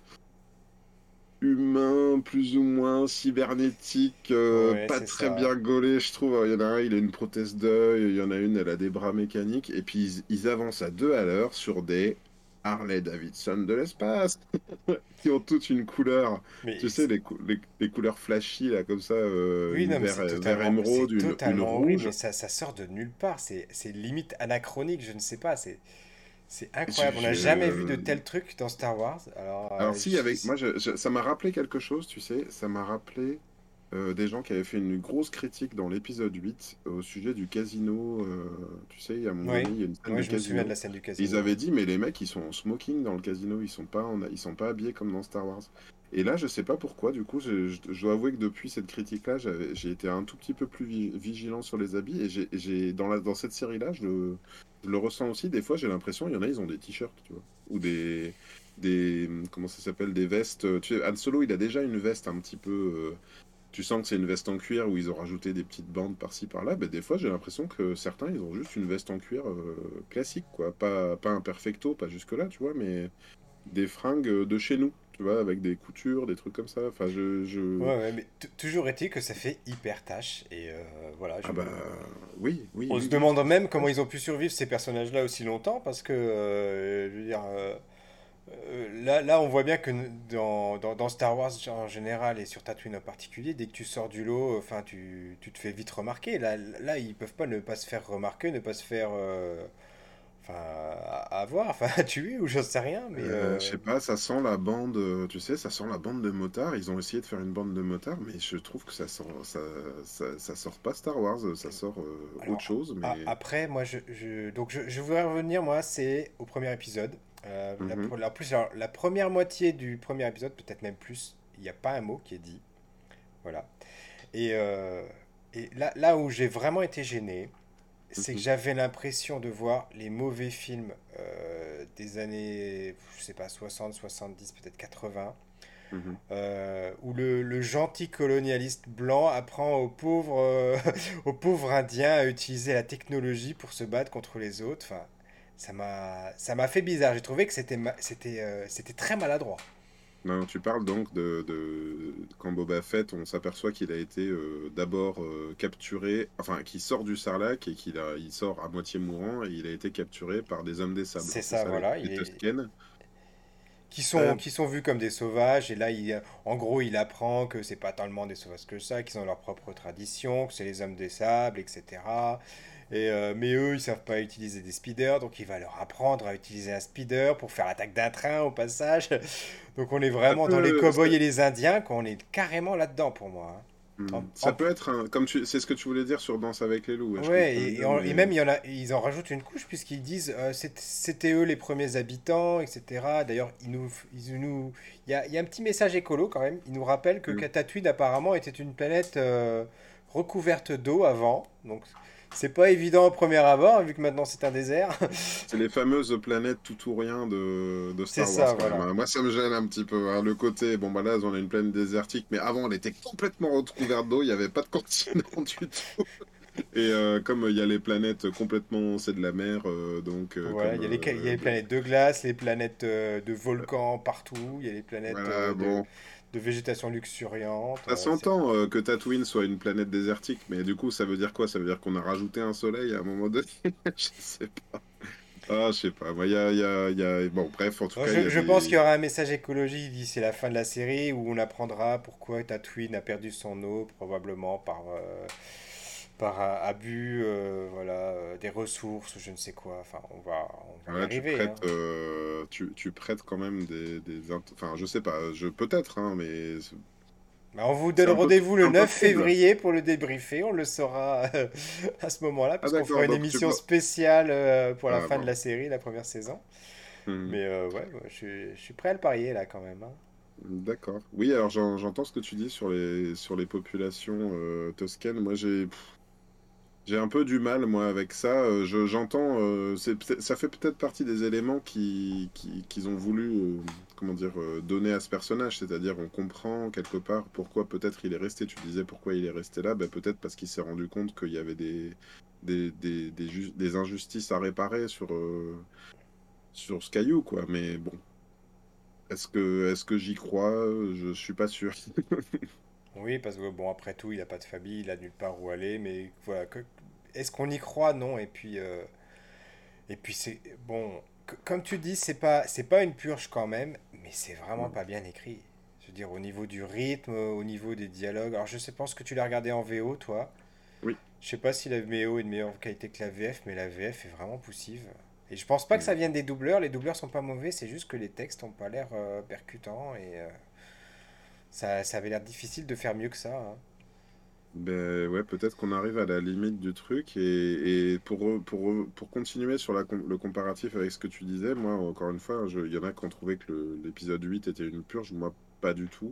humain, plus ou moins cybernétique, euh, Ouais, pas c'est très bien ça. gaulé, je trouve. Il y en a un, il a une prothèse d'œil, il y en a une, elle a des bras mécaniques, et puis ils, ils avancent à deux à l'heure sur des Harley Davidson de l'espace, qui ont toutes une couleur, tu Mais sais, c'est- les, cou- les, les couleurs flashy, là, comme ça, euh, oui, une non, mais vert, c'est vert totalement, émeraude, c'est une, une totalement horrible, rouge. mais ça, ça sort de nulle part. C'est, c'est limite anachronique, je ne sais pas. C'est, c'est Je, incroyable. On n'a jamais vu de je- tels trucs dans Star Wars. Alors, Alors euh, si, avec je- moi, je- je- ça m'a rappelé quelque chose, tu sais, ça m'a rappelé euh, des gens qui avaient fait une grosse critique dans l'épisode huit au sujet du casino. Euh, tu sais, à un moment donné, oui, il y a une scène de oui, je me souviens de casino. la scène du Ils casino, oui. avaient dit, mais les mecs, ils sont en smoking dans le casino, ils sont pas, en- ils sont pas habillés comme dans Star Wars. Et là, je sais pas pourquoi, du coup, je, je- je dois avouer que depuis cette critique-là, j'avais- j'ai été un tout petit peu plus vi- vigilant sur les habits. Et j'ai, j'ai- dans la, dans cette série-là, je le, je le ressens aussi. Des fois, j'ai l'impression, il y en a, ils ont des t-shirts, tu vois, ou des, des, comment ça s'appelle, des vestes. Tu sais, Han Solo, il a déjà une veste un petit peu. euh, tu sens que c'est une veste en cuir où ils ont rajouté des petites bandes par-ci par-là. Ben, des fois, j'ai l'impression que certains, ils ont juste une veste en cuir euh, classique, quoi. Pas, pas un perfecto, pas jusque-là, tu vois, mais des fringues de chez nous, tu vois, avec des coutures, des trucs comme ça. Enfin, je, je... Ouais, ouais, mais t- toujours est-il que ça fait hyper tâche. Et euh, voilà, Ah je... bah oui, oui, on se oui, oui, demande ça fait même comment tâche. ils ont pu survivre ces personnages-là aussi longtemps, parce que, euh, je veux dire, euh, euh, là, là, on voit bien que dans, dans, dans Star Wars en général et sur Tatooine en particulier, dès que tu sors du lot, enfin, tu, tu te fais vite remarquer. Là, là, ils peuvent pas ne pas se faire remarquer, ne pas se faire, euh, enfin, a- avoir, enfin, tuer ou j'en sais rien, mais Euh, je euh, sais pas, ça sent la bande, euh, tu sais, ça sent la bande de motards. Ils ont essayé de faire une bande de motards, mais je trouve que ça sort, ça, ça, ça sort pas Star Wars, ça sort euh, autre alors chose, a- mais... après, moi, je, je- donc je, je voudrais revenir, moi, c'est au premier épisode. Euh, la, Mhm, pre- la- en plus, alors, la première moitié du premier épisode, peut-être même plus, il n'y a pas un mot qui est dit, voilà. Et, euh, et là, là où j'ai vraiment été gêné, c'est que mhm, j'avais l'impression de voir les mauvais films euh, des années, je sais pas, soixante, soixante-dix, peut-être quatre-vingts, mhm. euh, où le, le gentil colonialiste blanc apprend aux pauvres, euh, aux pauvres Indiens à utiliser la technologie pour se battre contre les autres. Enfin, ça m'a, ça m'a fait bizarre. J'ai trouvé que c'était, ma- c'était, euh, c'était très maladroit. Non, tu parles donc de, de- quand Boba Fett, on s'aperçoit qu'il a été euh, d'abord euh, capturé, enfin, qu'il sort du Sarlacc et qu'il a, il sort à moitié mourant et il a été capturé par des hommes des sables. C'est C'est ça, ça, les, voilà. les Il est, Tusken. qui sont, Euh, qui sont vus comme des sauvages. Et là, il, en gros, il apprend que c'est pas tellement des sauvages que ça, qu'ils ont leur propre tradition, que c'est les hommes des sables, et cetera. Et, euh, mais eux, ils savent pas utiliser des speeders, donc il va leur apprendre à utiliser un speeder pour faire l'attaque d'un train au passage. Donc on est ça vraiment dans les peut, cow-boys et les Indiens, qu'on est carrément là-dedans pour moi, hein. Hmm. En, Ça en peut être un, comme tu, c'est ce que tu voulais dire sur Danse avec les loups, ouais, je Ouais, comprends et, et mieux, en- et mais même il y en a, ils en rajoutent une couche puisqu'ils disent euh, c'est- c'était eux les premiers habitants, et cetera. D'ailleurs, ils nous, ils nous, il y a, il y a un petit message écolo quand même. Ils nous rappellent que hmm. Tatooine apparemment était une planète euh, recouverte d'eau avant, donc c'est pas évident au premier abord vu que maintenant c'est un désert. C'est les fameuses planètes tout ou rien de, de C'est Star Wars ça, quand même, voilà. hein. Moi, ça me gêne un petit peu, hein. Le côté, bon bah là, on a une planète désertique, mais avant, elle était complètement recouverte d'eau, il n'y avait pas de continent du tout. Et euh, comme euh, il y a les planètes complètement, c'est de la mer, euh, donc euh, Voilà, comme il y a les, ca- il y a euh, les planètes de glace, les planètes euh, de volcans partout, il y a les planètes voilà, euh, de, bon. de végétation luxuriante. Ça euh, c'est- s'entend euh, que Tatooine soit une planète désertique, mais du coup, ça veut dire quoi? Ça veut dire qu'on a rajouté un soleil à un moment donné? Je sais pas. Ah, je sais pas. Moi, il y a, il y a, il y a- Bon, bref, en tout Bon, cas, il y je, a je pense qu'il y des. aura un message écologique d'ici la fin de la série où on apprendra pourquoi Tatooine a perdu son eau, probablement par, euh, par a- abus euh, voilà, euh, des ressources, je ne sais quoi. Enfin, on va, on va y Ouais, tu arriver, hein. prêtes, euh, tu, tu prêtes quand même des, des int- Enfin, je sais pas, je peut-être, hein, mais c'est Bah, on vous c'est donne un peu, rendez-vous le un peu neuf trouble. février pour le débriefer. On le saura euh, à ce moment-là, Ah puisqu'on fera d'accord, une donc tu émission vois. spéciale euh, pour la Ah fin de bon. la série, la première saison. Hmm. Mais euh, ouais, ouais, je suis, je suis prêt à le parier là quand même, hein. D'accord. Oui, alors j'en- j'entends ce que tu dis sur les, sur les populations euh, toscanes. Moi, j'ai j'ai un peu du mal, moi, avec ça. Euh, je, j'entends, euh, c'est, peut-être- ça fait peut-être partie des éléments qui, qui- qu'ils ont voulu, euh, comment dire, euh, donner à ce personnage. C'est-à-dire, on comprend quelque part pourquoi peut-être il est resté. Tu disais pourquoi il est resté là. Ben, peut-être parce qu'il s'est rendu compte qu'il y avait des, des, des, des, ju- des injustices à réparer sur, euh, sur ce caillou, quoi. Mais bon, est-ce que, est-ce que j'y crois? Je suis pas sûr. Oui, parce que bon, après tout, il n'a pas de famille, il a nulle part où aller, mais voilà, que- est-ce qu'on y croit? Non. Et puis, euh, et puis c'est bon, c- comme tu dis, c'est pas, c'est pas une purge quand même, mais c'est vraiment Non. pas bien écrit. Je veux dire, au niveau du rythme, au niveau des dialogues. Alors, je sais pas ce que tu l'as regardé en V O, toi. Oui. Je sais pas si la V O est de meilleure qualité que la V F, mais la V F est vraiment poussive. Et je pense pas que ça Mm. vienne des doubleurs. Les doubleurs sont pas mauvais, c'est juste que les textes ont pas l'air euh, percutants et euh, ça, ça avait l'air difficile de faire mieux que ça, hein. Ben ouais, peut-être qu'on arrive à la limite du truc. Et, et pour, re- pour, re- pour continuer sur la, com- le comparatif avec ce que tu disais, moi, encore une fois, je- il y en a qui ont trouvé que le- l'épisode huit était une purge, moi, pas du tout.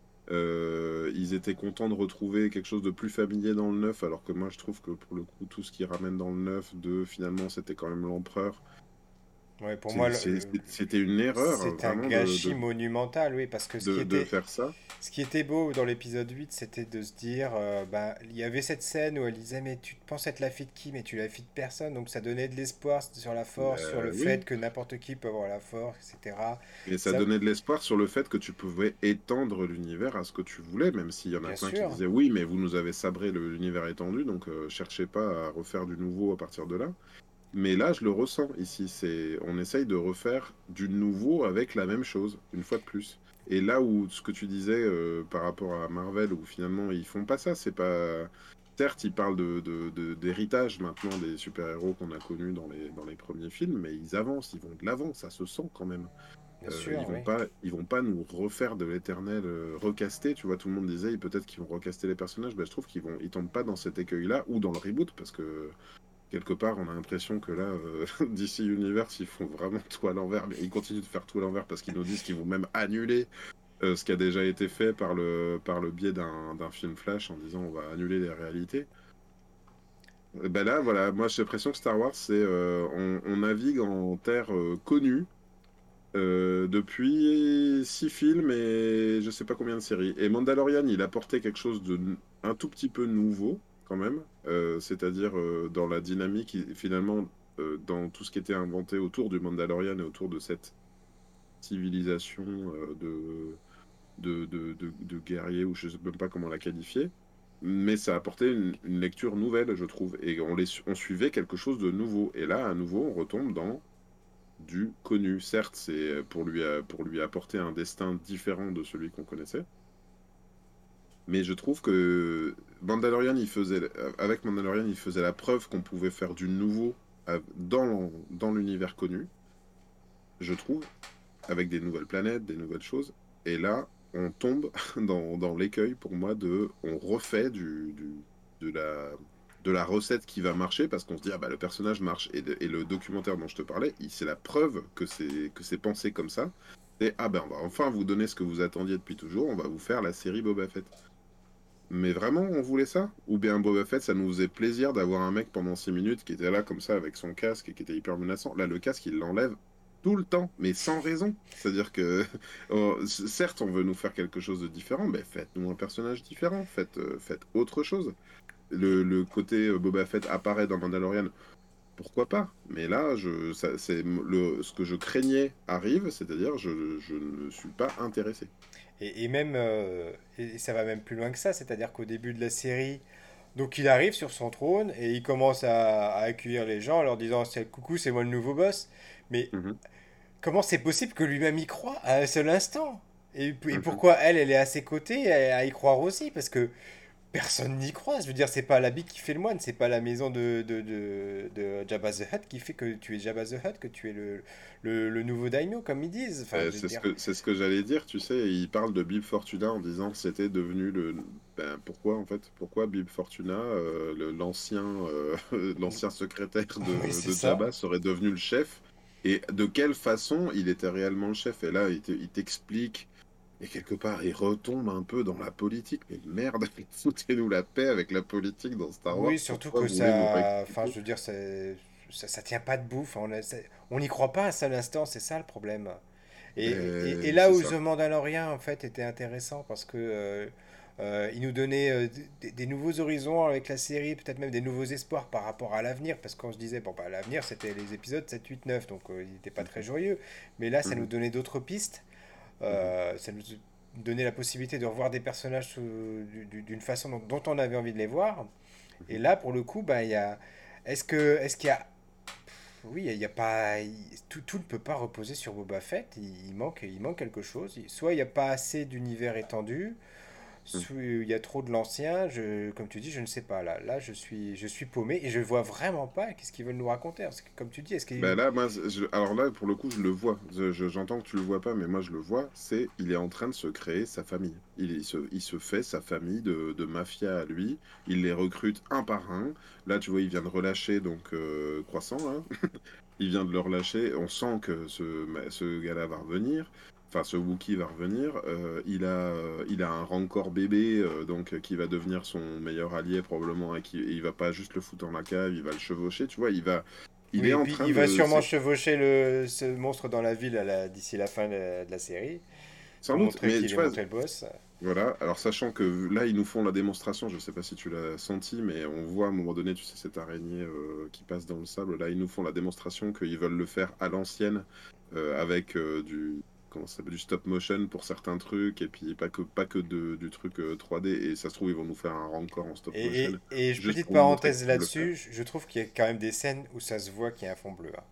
Euh, ils étaient contents de retrouver quelque chose de plus familier dans le neuf, alors que moi, je trouve que pour le coup, tout ce qui ramène dans le neuf, de finalement, c'était quand même l'empereur. Ouais, pour moi, C'est- le- c'est- le- C'était une erreur, c'est un vraiment, de, gâchis de, monumental, oui, parce que ce qui de, de était, faire ça. ce qui était beau dans l'épisode huit, c'était de se dire, euh, bah, il y avait cette scène où elle disait, mais tu penses être la fille de qui, mais tu es la fille de personne, donc ça donnait de l'espoir sur la force, sur le Ben fait oui. que n'importe qui peut avoir la force, et cetera. Et ça Ça, donnait de l'espoir sur le fait que tu pouvais étendre l'univers à ce que tu voulais, même s'il y en a bien plein qui sûr. disaient oui, mais vous nous avez sabré le- l'univers étendu, donc euh, cherchez pas à refaire du nouveau à partir de là. Mais là, je le ressens ici, c'est on essaye de refaire du nouveau avec la même chose, une fois de plus. Et là où ce que tu disais euh, par rapport à Marvel, où finalement ils font pas ça, c'est pas. Certes, ils parlent de, de- de- d'héritage maintenant des super-héros qu'on a connus dans les, dans les premiers films, mais ils avancent, ils vont de l'avant, ça se sent quand même. Bien Euh, sûr, ils vont oui. pas, ils vont pas nous refaire de l'éternel euh, recaster. Tu vois, tout le monde disait peut-être qu'ils vont recaster les personnages. Ben, je trouve qu'ils vont, ils tombent pas dans cet écueil-là ou dans le reboot parce que quelque part, on a l'impression que là, euh, D C Universe, ils font vraiment tout à l'envers. Mais ils continuent de faire tout à l'envers parce qu'ils nous disent qu'ils vont même annuler euh, ce qui a déjà été fait par le, par le biais d'un, d'un film Flash en disant on va annuler les réalités. Euh, Ben là, voilà, moi j'ai l'impression que Star Wars, c'est euh, on, on navigue en terre euh, connue euh, depuis six films et je sais pas combien de séries. Et Mandalorian, il apportait quelque chose de n- un tout petit peu nouveau quand même, euh, c'est-à-dire euh, dans la dynamique, il- finalement, euh, dans tout ce qui était inventé autour du Mandalorian et autour de cette civilisation euh, de, de, de, de, de guerriers, ou je sais même pas comment la qualifier. Mais ça apportait une, une lecture nouvelle, je trouve. Et on, les, on suivait quelque chose de nouveau. Et là, à nouveau, on retombe dans du connu. Certes, c'est pour lui, euh, pour lui apporter un destin différent de celui qu'on connaissait, mais je trouve que Mandalorian, il faisait, avec Mandalorian, il faisait la preuve qu'on pouvait faire du nouveau euh, dans, l'en- dans l'univers connu, je trouve, avec des nouvelles planètes, des nouvelles choses. Et là, on tombe dans, dans l'écueil pour moi de, on refait du, du- de la, de la recette qui va marcher parce qu'on se dit ah bah le personnage marche et, de- et le documentaire dont je te parlais, il- c'est la preuve que c'est que c'est pensé comme ça. Et ah ben on va enfin vous donner ce que vous attendiez depuis toujours, on va vous faire la série Boba Fett. Mais vraiment, on voulait ça? Ou bien Boba Fett, ça nous faisait plaisir d'avoir un mec pendant six minutes qui était là comme ça avec son casque et qui était hyper menaçant. Là, le casque, il l'enlève tout le temps, mais sans raison. C'est-à-dire que, oh, c- certes, on veut nous faire quelque chose de différent, mais faites-nous un personnage différent, faites, euh, faites autre chose. Le, le côté euh, Boba Fett apparaît dans Mandalorian, pourquoi pas? Mais là, je, ça, c'est le, ce que je craignais arrive, c'est-à-dire je, je ne suis pas intéressé. Et, et même, euh, et ça va même plus loin que ça, c'est-à-dire qu'au début de la série, donc il arrive sur son trône et il commence à, à accueillir les gens en leur disant c'est coucou, c'est moi le nouveau boss. Mais Mhm, comment c'est possible que lui-même y croit à un seul instant? Et, et mhm. pourquoi elle, elle est à ses côtés à, à y croire aussi? Parce que personne n'y croit. Je veux dire, c'est pas l'habit qui fait le moine, c'est pas la maison de, de, de, de Jabba the Hutt qui fait que tu es Jabba the Hutt, que tu es le, le, le nouveau daimyo, comme ils disent. Enfin, Euh, je veux c'est ce dire. que, c'est ce que j'allais dire, tu sais, il parle de Bib Fortuna en disant que c'était devenu le... Ben, pourquoi en fait? Pourquoi Bib Fortuna, euh, le- l'ancien euh, l'ancien secrétaire Oui, de, c'est de ça. Jabba serait devenu le chef? Et de quelle façon il était réellement le chef? Et là, il te- il t'explique, et quelque part, il retombe un peu dans la politique. Mais merde, foutez-nous la paix avec la politique dans Star Wars. Oui, surtout Pourquoi que vous voulez nous ça. Enfin, je réexpliquer? veux dire, c'est- ça, ça tient pas debout. Enfin, on a- c'est- on n'y croit pas un seul instant, c'est ça le problème. Et, et- et Ben, là c'est où ça. The Mandalorian, en fait, était intéressant parce que euh, euh, il nous donnait euh, des, des nouveaux horizons avec la série, peut-être même des nouveaux espoirs par rapport à l'avenir, parce qu'on se disait, bon, bah, l'avenir, c'était les épisodes sept, huit, neuf, donc euh, il n'était pas très Mhm, joyeux. Mais là, ça nous mhm, donnait d'autres pistes. mhm, Euh, ça nous donnait la possibilité de revoir des personnages sous- du- du- d'une façon dont, dont on avait envie de les voir. Et mhm. là, pour le coup, bah, il y a... Est-ce que, est-ce qu'il y a... Oui, il y a pas... il- Tout, tout ne peut pas reposer sur Boba Fett. Il, il manque, il manque quelque chose. Soit il n'y a pas assez d'univers étendu, Mhm. soit il y a trop de l'ancien. Je, comme tu dis, je ne sais pas. Là, là, je suis, je suis paumé et je vois vraiment pas qu'est-ce qu'ils veulent nous raconter. Parce que, comme tu dis, est-ce Ben qu'ils... là, moi, je- alors là, pour le coup, je le vois. Je- je- j'entends que tu le vois pas, mais moi, je le vois. C'est, il est en train de se créer sa famille. Il, il se, il se fait sa famille de, de mafia à lui. Il les recrute un par un. Là, tu vois, il vient de relâcher donc euh, Croissant, là. Il vient de le relâcher. On sent que ce, ce gars-là va revenir. Enfin, ce Wookie va revenir. Euh, il a, euh, il a un Rancor bébé, euh, donc euh, qui va devenir son meilleur allié probablement, et qui, et il va pas juste le foutre dans la cave, il va le chevaucher. Tu vois, il va, il Oui, est et en puis train il va de, sûrement c'est chevaucher le, ce monstre dans la ville à la- d'ici la fin de, de la série sans pour doute, montrer mais qu'il tu est vois, monté le boss. voilà. Alors sachant que là, ils nous font la démonstration. Je sais pas si tu l'as senti, mais on voit à un moment donné, tu sais, cette araignée euh, qui passe dans le sable. Là, ils nous font la démonstration qu'ils veulent le faire à l'ancienne, euh, avec euh, du comment ça s'appelle, du stop motion pour certains trucs, et puis pas que pas que de, du truc euh, trois D. Et ça se trouve, ils vont nous faire un Rancor en stop Et, motion, et, et je- juste petite pour nous montrer parenthèse qu'ils peuvent le faire. là-dessus, je je trouve qu'il y a quand même des scènes où ça se voit qu'il y a un fond bleu, hein.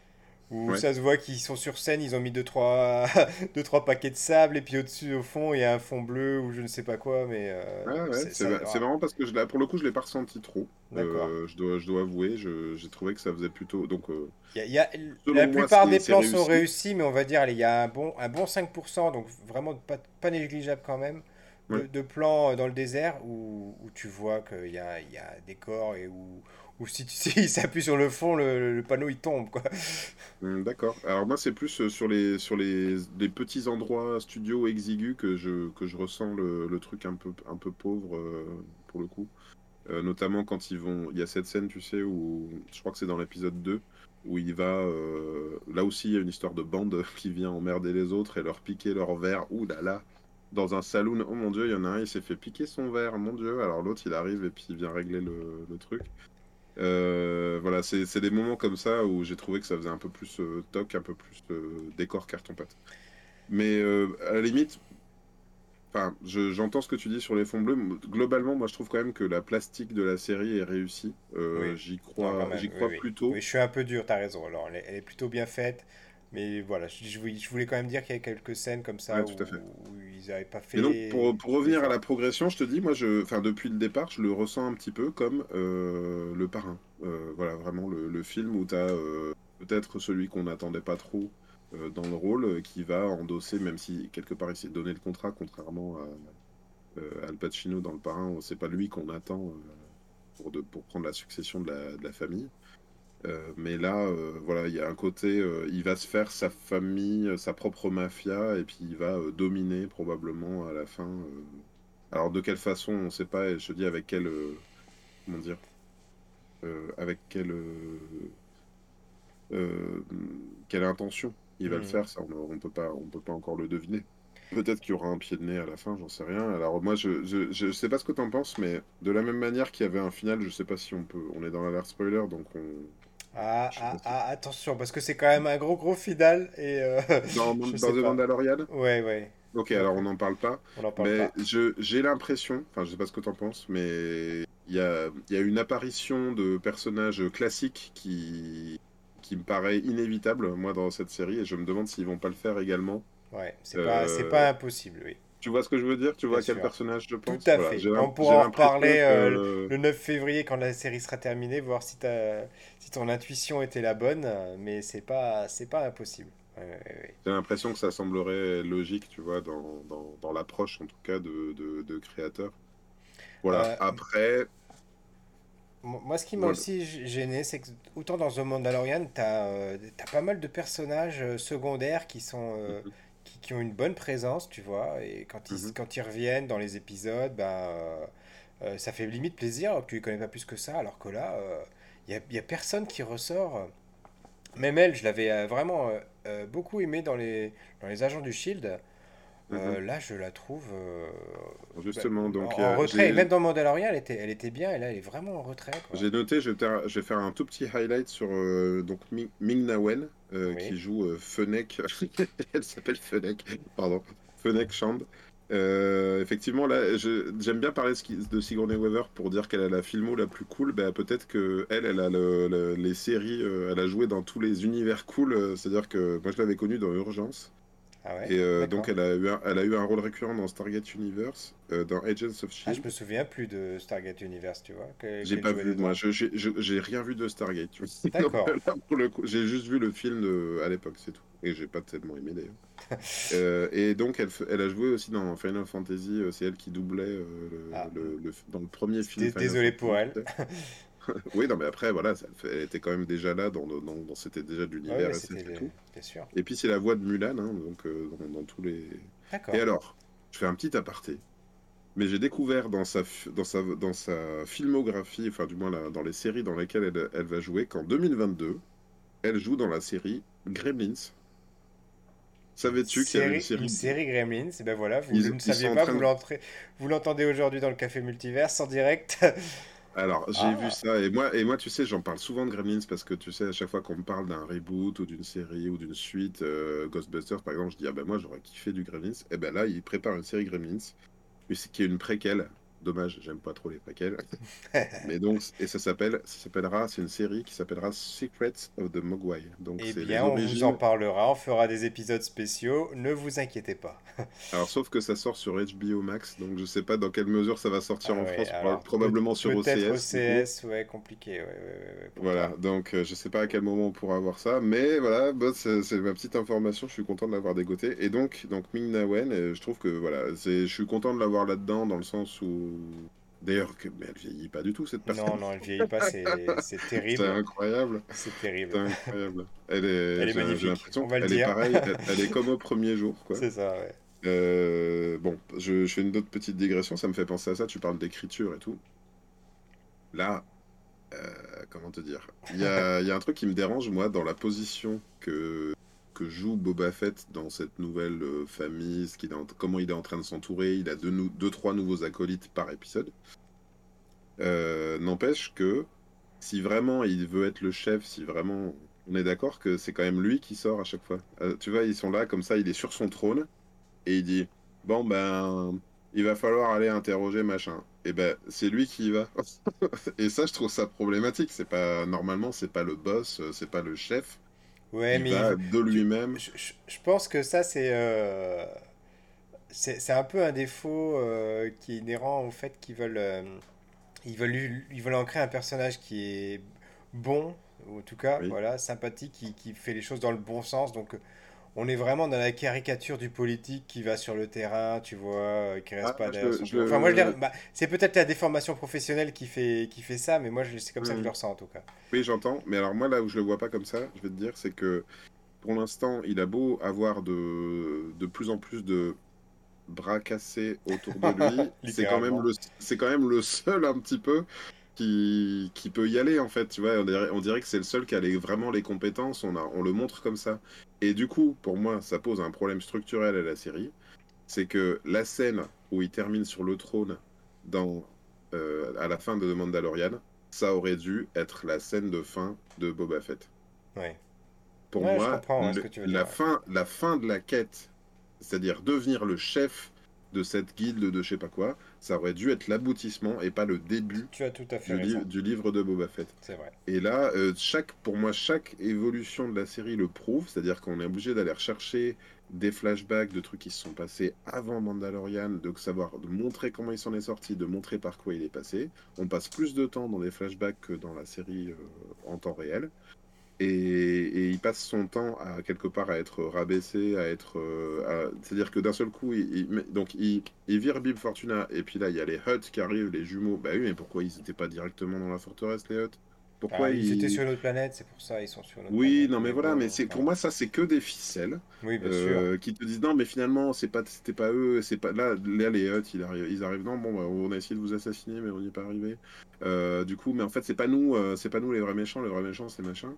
Où Ouais. ça se voit qu'ils sont sur scène, ils ont mis deux trois, deux, trois paquets de sable, et puis au-dessus, au fond, il y a un fond bleu ou je ne sais pas quoi, mais euh, Ouais, ouais, c'est c'est ça. ma- c'est Ah, marrant parce que je l'ai- pour le coup, je l'ai pas ressenti trop. d'accord. Euh, je dois, je dois avouer, je- j'ai trouvé que ça faisait plutôt. Donc, euh, Il y a- il y a- la selon moi, plupart c'est des c'est plans sont réussi. réussis, mais on va dire, allez, il y a un bon, un bon cinq pour cent, donc vraiment pas, pas négligeable quand même, Ouais. de, de plans euh, dans le désert où, où tu vois qu'il y a, il y a un décor et où, où si tu sais, il s'appuie sur le fond, le, le panneau il tombe, quoi. Hmm, d'accord. Alors moi, c'est plus euh, sur les, sur les, les petits endroits studios exigus que je, que je ressens le, le truc un peu, un peu pauvre euh, pour le coup. Euh, notamment quand ils vont... Il y a cette scène, tu sais, où je crois que c'est dans l'épisode deux où il va... euh, Là aussi, il y a une histoire de bande qui vient emmerder les autres et leur piquer leur verre. Ouh là là! Dans un saloon, oh mon Dieu, il y en a un, il s'est fait piquer son verre, mon Dieu. Alors l'autre, il arrive et puis il vient régler le, le truc. Euh, voilà, c'est c'est des moments comme ça où j'ai trouvé que ça faisait un peu plus euh, toc, un peu plus euh, décor carton-pâte. Mais euh, à la limite, enfin, je- j'entends ce que tu dis sur les fonds bleus. M- Globalement, moi, je trouve quand même que la plastique de la série est réussie. Euh, Oui, j'y non, quand crois, même, j'y oui, crois oui. plutôt. Oui, je suis un peu dur, t'as raison. Alors, elle est, elle est plutôt bien faite, mais voilà, je, je voulais je voulais quand même dire qu'il y a quelques scènes comme ça Ouais, tout à fait. où, où ils n'avaient pas Mais donc, pour, fait pour revenir à la l'effort. progression, je te dis, moi, je, enfin, depuis le départ, je le ressens un petit peu comme euh, Le Parrain. Euh, voilà, vraiment le, le film où tu as peut-être celui qu'on n'attendait pas trop euh, dans le rôle, euh, qui va endosser, même si quelque part il s'est donné le contrat, contrairement à euh, Al Pacino dans Le Parrain, où c'est pas lui qu'on attend euh, pour, de, pour prendre la succession de la, de la famille. Euh, mais là, euh, voilà, il y a un côté, euh, il va se faire sa famille, euh, sa propre mafia, et puis il va euh, dominer probablement à la fin. euh. Alors de quelle façon, on ne sait pas, et je te dis avec quelle, euh, comment dire, euh, avec quelle, euh, euh, quelle intention il va le Mhm. faire, ça, on ne peut pas, on peut pas encore le deviner. Peut-être qu'il y aura un pied de nez à la fin, j'en sais rien. Alors moi, je, je, je sais pas ce que tu en penses, mais de la même manière qu'il y avait un final, je sais pas si on peut, on est dans l'alert spoiler, donc on, Ah, je sais pas ah, si ah, attention, parce que c'est quand même un gros gros final et euh, Dans, je dans sais The pas. Mandalorian? Ouais, ouais. Ok, Donc, alors on n'en parle pas, on n'en parle mais pas. je, j'ai l'impression, enfin je sais pas ce que tu en penses, mais il y a, il y a une apparition de personnages classiques qui, qui me paraît inévitable, moi, dans cette série, et je me demande s'ils vont pas le faire également. Ouais, c'est pas, c'est Euh, pas impossible, oui, Tu vois ce que je veux dire? Tu bien vois quel sûr. personnage je Tout pense? à Voilà, fait. j'ai On l'im- pourra j'ai en l'impression reparler euh, que... le neuf février quand la série sera terminée, voir si ta, si ton intuition était la bonne, euh, mais c'est pas, c'est pas impossible. Ouais, ouais, ouais. J'ai l'impression que ça semblerait logique, tu vois, dans, dans, dans l'approche, en tout cas, de, de, de créateurs. Voilà, Euh, après, Mo- Moi, ce qui m'a voilà. aussi g- gêné, c'est que autant dans The Mandalorian, t'as euh, t'as pas mal de personnages euh, secondaires qui sont euh, Mhm, qui, qui ont une bonne présence, tu vois, et quand ils, mhm. quand ils reviennent dans les épisodes, ben, euh, euh, ça fait limite plaisir, alors que tu les connais pas plus que ça, alors que là, il y a, y a personne qui ressort. Même elle, je l'avais euh, vraiment euh, euh, beaucoup aimé dans les, dans les Agents du Shield. Mhm. Euh, là, je la trouve euh, bah, Justement, en, donc il y en a- retrait, et j'ai même dans Mandalorian, elle était, elle était bien, et là, elle est vraiment en retrait, quoi. j'ai noté, je vais, faire je vais faire un tout petit highlight sur euh, donc Ming, Ming-Na Wen, euh, Oui. qui joue euh, Fennec. Elle s'appelle Fennec, pardon, Fennec Shand. Euh, effectivement, là, je- j'aime bien parler de Ski- de Sigourney Weaver pour dire qu'elle a la filmo la plus cool. Bah, peut-être que elle, elle a le- le- les séries, euh, elle a joué dans tous les univers cool. euh, C'est-à-dire que moi, je l'avais connue dans Urgence. Ah ouais? Et euh, donc, D'accord. elle a eu un, elle a eu un rôle récurrent dans Stargate Universe, euh, dans Agents of Ah, je Shield. me souviens plus de Stargate Universe, tu vois, que- J'ai qu'elle pas jouait vu, moi, dedans. je j'ai je- j'ai rien vu de Stargate. Tu vois. Donc D'accord. là, pour le coup, j'ai juste vu le film de- à l'époque, c'est tout. Et j'ai pas tellement aimé d'ailleurs. Euh, et donc, elle, f- elle a joué aussi dans Final Fantasy, euh, c'est elle qui doublait euh, Ah, hmm. le, le- le- dans le premier film Dé- Final désolé pour Fantasy, tu elle. sais. Oui, non, mais après, voilà, ça, fait- elle était quand même déjà là, dans, dans, dans- c'était déjà de Oui, l'univers oui, S F c'était et le- tout. bien sûr. Et puis, c'est la voix de Mulan, hein, donc euh, dans, dans tous les. Et D'accord. alors, je fais un petit aparté. Mais j'ai découvert dans sa, fi- dans sa, dans sa filmographie, enfin du moins là, dans les séries dans lesquelles elle, elle va jouer, qu'en deux mille vingt-deux, elle joue dans la série Gremlins. Une Savais-tu qu'il y avait une série, une série... série Gremlins, et ben voilà, vous Ils, ne ils sont saviez en pas, train vous de... l'entrez, vous l'entendez aujourd'hui dans le Café Multiverse en direct. Alors, j'ai vu Ah, ça, et moi, et moi, tu sais, j'en parle souvent de Gremlins parce que, tu sais, à chaque fois qu'on me parle d'un reboot ou d'une série ou d'une suite, euh, Ghostbusters, par exemple, je dis, ah ben moi, j'aurais kiffé du Gremlins. Et ben là, ils préparent une série Gremlins, mais c'est- qui est une préquelle. Dommage, j'aime pas trop les préquelles. Mais donc, et ça s'appelle, ça s'appellera, c'est une série qui s'appellera Secrets of the Mogwai. Donc, eh c'est les bien, on vous en origines. parlera, on fera des épisodes spéciaux, ne vous inquiétez pas. Alors, sauf que ça sort sur H B O Max, donc je sais pas dans quelle mesure ça va sortir Ah en ouais, France, proba- alors peut- probablement sur peut-être O C S, du coup. O C S, ouais, compliqué, ouais, ouais, ouais, ouais, pour Voilà, toi. donc euh, je sais pas à quel moment on pourra avoir ça, mais voilà, bah, c'est c'est ma petite information, je suis content de l'avoir dégoté. Et donc, donc Ming-Na Wen, euh, je trouve que voilà, c'est, je suis content de l'avoir là-dedans, dans le sens où. D'ailleurs, que, mais elle vieillit pas du tout, cette Non, personne. non, elle vieillit pas, c'est c'est C'est terrible. incroyable. C'est C'est terrible. incroyable. Elle Elle est, est j'ai j'ai magnifique, l'impression on va le qu'elle est dire. pareille, elle, elle est comme au premier jour, quoi. C'est ça, ouais. Euh, bon, je, je fais une autre petite digression, ça me fait penser à ça, tu parles d'écriture et tout. Là, euh, comment te dire? Il y a, il y a un truc qui me dérange, moi, dans la position que, que joue Boba Fett dans cette nouvelle euh, famille, ce qu'il est en- comment il est en train de s'entourer. Il a deux, nou- deux, trois nouveaux acolytes par épisode. Euh, n'empêche que si vraiment il veut être le chef, si vraiment on est d'accord que c'est quand même lui qui sort à chaque fois. Euh, tu vois, ils sont là comme ça, il est sur son trône et il dit. bon ben, il va falloir aller interroger machin. Et ben, c'est lui qui y va. Et ça, je trouve ça problématique. C'est pas normalement, c'est pas le boss, euh, c'est pas le chef. Ouais, Il mais il veut- va de tu- lui-même. je, je- je pense que ça, c'est euh, c'est c'est un peu un défaut euh, qui est inhérent au fait qu'ils veulent, euh, ils veulent, lui- ils veulent en créer un personnage qui est bon, ou en tout cas, Oui. voilà, sympathique, qui, qui fait les choses dans le bon sens. Donc, on est vraiment dans la caricature du politique qui va sur le terrain, tu vois, euh, qui reste Ah, pas moi, je derrière le, son je bureau. Enfin, moi, je l'ai- le- bah, c'est peut-être la déformation professionnelle qui fait, qui fait ça, mais moi, je- c'est comme ça que je le Hmm. ressens en tout cas. Oui, j'entends. Mais alors moi, là où je le vois pas comme ça, je vais te dire, c'est que pour l'instant, il a beau avoir de, de plus en plus de bras cassés autour de lui, c'est quand même Littéralement. le, c'est quand même le seul un petit peu qui, qui peut y aller en fait. Tu vois, on dirait, on dirait que c'est le seul qui a les- vraiment les compétences. On a, on le montre comme ça. Et du coup, pour moi, ça pose un problème structurel à la série. C'est que la scène où il termine sur le trône dans, euh, à la fin de The Mandalorian, ça aurait dû être la scène de fin de Boba Fett. Ouais. Pour Ouais, je moi, comprends ouais, ce le- que tu veux dire. la Ouais. fin, la fin de la quête, c'est-à-dire devenir le chef de cette guilde de je sais pas quoi, ça aurait dû être l'aboutissement et pas le début Tu as tout à fait du, li- raison. du livre de Boba Fett. C'est vrai. Et là, euh, chaque, pour moi, chaque évolution de la série le prouve, c'est-à-dire qu'on est obligé d'aller rechercher des flashbacks de trucs qui se sont passés avant Mandalorian, de savoir, de montrer comment il s'en est sorti, de montrer par quoi il est passé. On passe plus de temps dans les flashbacks que dans la série euh, en temps réel. Et, et il passe son temps à quelque part à être rabaissé, à être, euh, à- c'est-à-dire que d'un seul coup, il, il met- donc il, il vire Bib Fortuna, et puis là il y a les Hutt qui arrivent, les jumeaux. Bah oui, mais pourquoi ils n'étaient pas directement dans la forteresse, les Hutt? Pourquoi Ah, ils étaient ils... sur une autre planète, c'est pour ça, ils sont sur une autre Oui, planète. non mais Mais voilà, mais bon, c'est pour enfin. moi ça c'est que des ficelles Oui, bien sûr. euh, qui te disent non mais finalement c'est pas c'était pas eux, c'est pas là, là les Hutt ils arrivent, ils arrivent non bon bah, on a essayé de vous assassiner mais on n'y est pas arrivé. Euh, du coup mais en fait c'est pas nous, euh, c'est pas nous les vrais méchants, les vrais méchants c'est machin.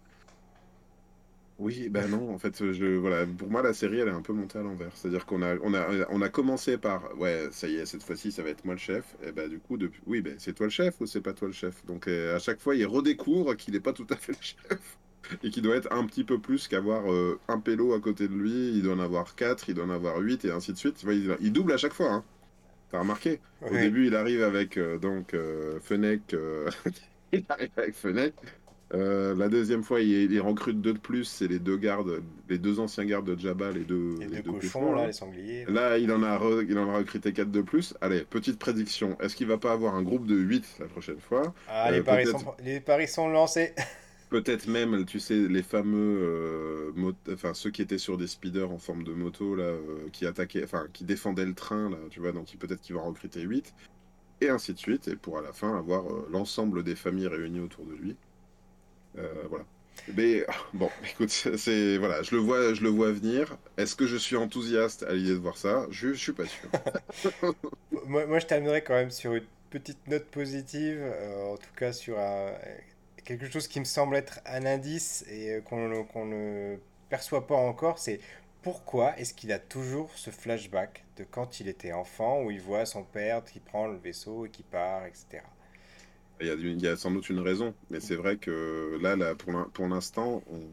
Oui, ben non, en fait, je, voilà, pour moi, la série, elle est un peu montée à l'envers. C'est-à-dire qu'on a, on a, on a commencé par, ouais, ça y est, cette fois-ci, ça va être moi le chef. Et ben, du coup, depuis, oui, ben, c'est toi le chef ou c'est pas toi le chef? Donc, euh, à chaque fois, il redécouvre qu'il n'est pas tout à fait le chef et qu'il doit être un petit peu plus qu'avoir euh, un pélo à côté de lui. Il doit en avoir quatre, il doit en avoir huit et ainsi de suite. Tu vois, il, il double à chaque fois, hein. T'as remarqué? Au Oui. début, il arrive avec, euh, donc, euh, Fennec, euh, il arrive avec Fennec. Euh, la deuxième fois, il, il recrute deux de plus, c'est les deux gardes, les deux anciens gardes de Jabba, les deux, Les les deux deux cochons, cochons, là, là. les sangliers, là. Là, il en a, re- il en a recruté quatre de plus. Allez, petite prédiction. Est-ce qu'il va pas avoir un groupe de huit la prochaine fois? Ah, les Euh, paris peut-être, sont, les paris sont lancés. peut-être même, tu sais, les fameux, euh, mot- enfin, ceux qui étaient sur des speeders en forme de moto, là, euh, qui attaquaient, enfin, qui défendaient le train, là, tu vois, donc il- peut-être qu'il va en recruter huit et ainsi de suite, et pour à la fin avoir euh, l'ensemble des familles réunies autour de lui. Euh, voilà. Mais ah, bon, écoute, c'est voilà, je le vois, je le vois venir. Est-ce que je suis enthousiaste à l'idée de voir ça? Je, je suis pas sûr. Moi, moi, je terminerai quand même sur une petite note positive, euh, en tout cas sur un- quelque chose qui me semble être un indice et euh, qu'on ne- qu'on ne perçoit pas encore, c'est pourquoi est-ce qu'il a toujours ce flashback de quand il était enfant où il voit son père qui prend le vaisseau et qui part, et cetera. Il y a, du- il y a sans doute une raison, mais c'est vrai que là, là pour l'in- pour l'instant, on-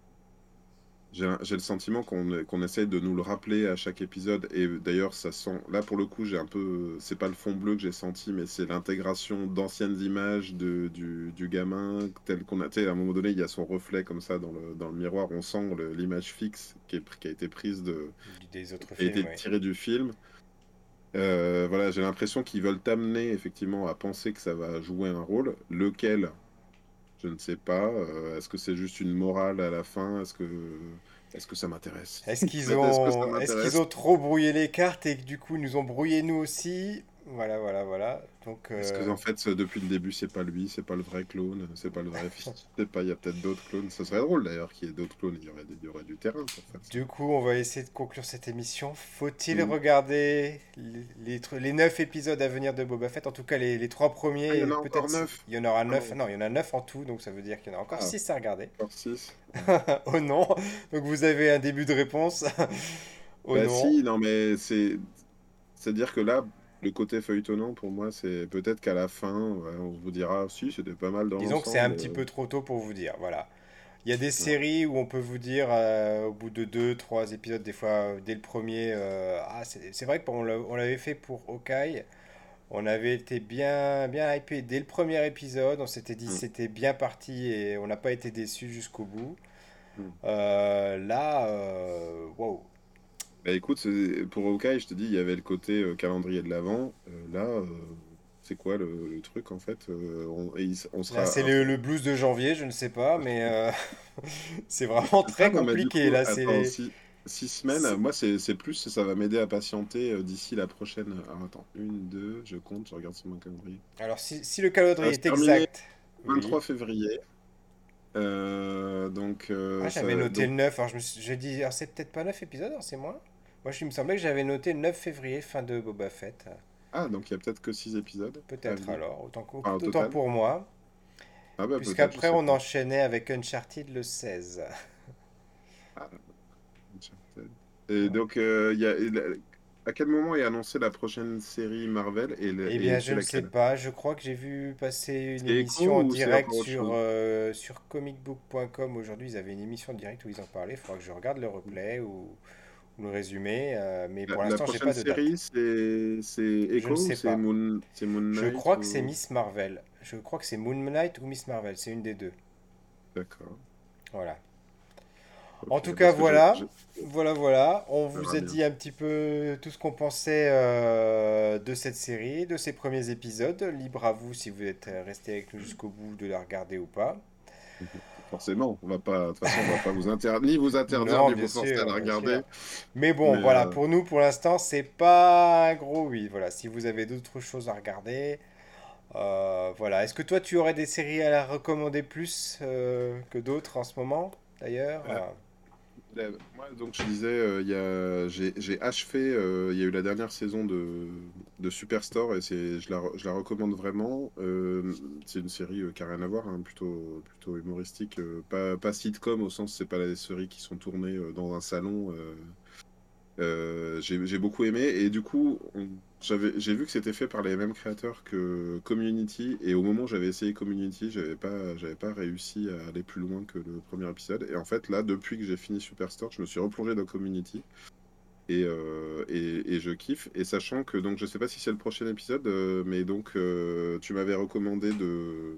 j'ai j'ai le sentiment qu'on qu'on essaye de nous le rappeler à chaque épisode. Et d'ailleurs, ça sent. Là, pour le coup, j'ai un peu. C'est pas le fond bleu que j'ai senti, mais c'est l'intégration d'anciennes images de, du, du gamin, tel qu'on a. Tu sais, à un moment donné, il y a son reflet comme ça dans le, dans le miroir. On sent le- l'image fixe qui, est, qui a été prise de. Des autres Qui a films, été oui. tirée du film. Euh, voilà, j'ai l'impression qu'ils veulent t'amener effectivement à penser que ça va jouer un rôle. Lequel, je ne sais pas. Euh, est-ce que c'est juste une morale à la fin? Est-ce que, est-ce que ça m'intéresse? Est-ce qu'ils Est-ce que ça ont, est-ce qu'ils m'intéresse? ont trop brouillé les cartes et que du coup ils nous ont brouillé nous aussi? Voilà, voilà, voilà. Donc, Est-ce que euh, en fait, depuis le début, c'est pas lui, c'est pas le vrai clone, c'est pas le vrai fils? Je sais pas, il y a peut-être d'autres clones. Ça serait drôle d'ailleurs qu'il y ait d'autres clones. Il y aurait, il y aurait du terrain pour faire ça. du coup, on va essayer de conclure cette émission. Faut-il Hmm. regarder les, les, tr- les neuf épisodes à venir de Boba Fett? En tout cas, les, les trois Ah, il y premiers, en et a encore peut-être neuf. il y en aura Ah neuf. non. Non, il y en a neuf en tout, donc ça veut dire qu'il y en a encore Ah, six à regarder. encore six. Oh non! Donc vous avez un début de réponse. Oh Bah non. si, non mais c'est c'est-à-dire que là, le côté feuilletonnant pour moi, c'est peut-être qu'à la fin, ouais, on vous dira, si, c'était pas mal dans Disons que c'est un l'ensemble. petit euh. peu trop tôt pour vous dire. Voilà. Il y a des Ouais. séries où on peut vous dire euh, au bout de deux, trois épisodes, des fois euh, dès le premier, euh, ah c'est c'est vrai qu'on l'a- on l'avait fait pour Hawkeye, on avait été bien bien hypé dès le premier épisode, on s'était dit Mm, c'était bien parti et on n'a pas été déçus jusqu'au bout. mm. Euh, là, euh, wow. Bah écoute, c'est- pour Hawkeye, je te dis, il y avait le côté euh, calendrier de l'Avent. Euh, là, euh, c'est quoi le, le truc en fait? Euh, on, et il- on Là c'est sera. le, le blues de janvier, je ne sais pas, mais euh, c'est vraiment Ah très non, mais du compliqué. coup, Là c'est attends, les. six, six semaines, euh, c'est- moi c'est c'est plus, ça va m'aider à patienter euh, d'ici la prochaine. Alors attends, une, deux, je compte, je regarde sur mon calendrier. Alors si, si le Ça va calendrier se est terminer exact, le oui. vingt-trois février. Euh, donc, Ah, euh, j'avais ça, noté donc, le neuf. Alors, je me suis- j'ai dit, alors, c'est peut-être pas neuf épisodes, alors, c'est moins. Moi, je- il me semblait que j'avais noté le neuf février, fin de Boba Fett. ah, donc il y a peut-être que six épisodes à Peut-être venir. alors, autant, que- Enfin, au autant total. pour moi. Ah bah peut-être, je Puisqu'après, sais on pas. enchaînait avec Uncharted le seize. Ah, Uncharted. Et donc, euh, il y a, il a- à quel moment est annoncée la prochaine série Marvel et, le- Eh et bien, je c'est ne sais laquelle? pas. Je crois que j'ai vu passer une C'est émission Echo en ou c'est direct encore autre sur, chose? euh, sur comicbook point com. Aujourd'hui, ils avaient une émission en direct où ils en parlaient. Il faudra que je regarde le replay ou, ou le résumé. Euh, mais La, pour la l'instant, j'ai prochaine pas de date. série, c'est c'est Je ne Echo ou sais c'est pas. Moon, c'est Moon Je Knight crois que c'est ou... Miss Marvel. Je crois que c'est Moon Knight ou Miss Marvel. C'est une des deux. D'accord. Voilà. En Ok, tout cas, parce que je, voilà. je- Voilà, voilà. On on vous verra a bien. dit un petit peu tout ce qu'on pensait euh, de cette série, de ces premiers épisodes. Libre à vous si vous êtes resté avec nous jusqu'au bout de la regarder ou pas. Forcément, on va pas, de toute façon, on va pas vous interdire, ni vous interdire, Non, ni bien vous forcer à sûr, la bien regarder. sûr. Mais bon, Mais voilà, euh, pour nous, pour l'instant, c'est pas un gros oui. Voilà, si vous avez d'autres choses à regarder, euh, voilà. Est-ce que toi, tu aurais des séries à la recommander plus euh, que d'autres en ce moment, d'ailleurs? euh, Euh, Euh, Moi, donc, je disais, euh, il y a, j'ai, j'ai achevé, euh, il y a eu la dernière saison de, de Superstore et c'est, je la, re- je la recommande vraiment. Euh, c'est une série euh, qui n'a rien à voir, hein, plutôt, plutôt humoristique, euh, pas, pas sitcom au sens, c'est pas les séries qui sont tournées euh, dans un salon. euh, euh, j'ai, j'ai beaucoup aimé et du coup, on- j'avais, j'ai vu que c'était fait par les mêmes créateurs que Community et au moment où j'avais essayé Community, j'avais pas, j'avais pas réussi à aller plus loin que le premier épisode. Et en fait, là, depuis que j'ai fini Superstore, je me suis replongé dans Community et, euh, et, et je kiffe. Et sachant que, donc, je sais pas si c'est le prochain épisode, euh, mais donc, euh, tu m'avais recommandé de,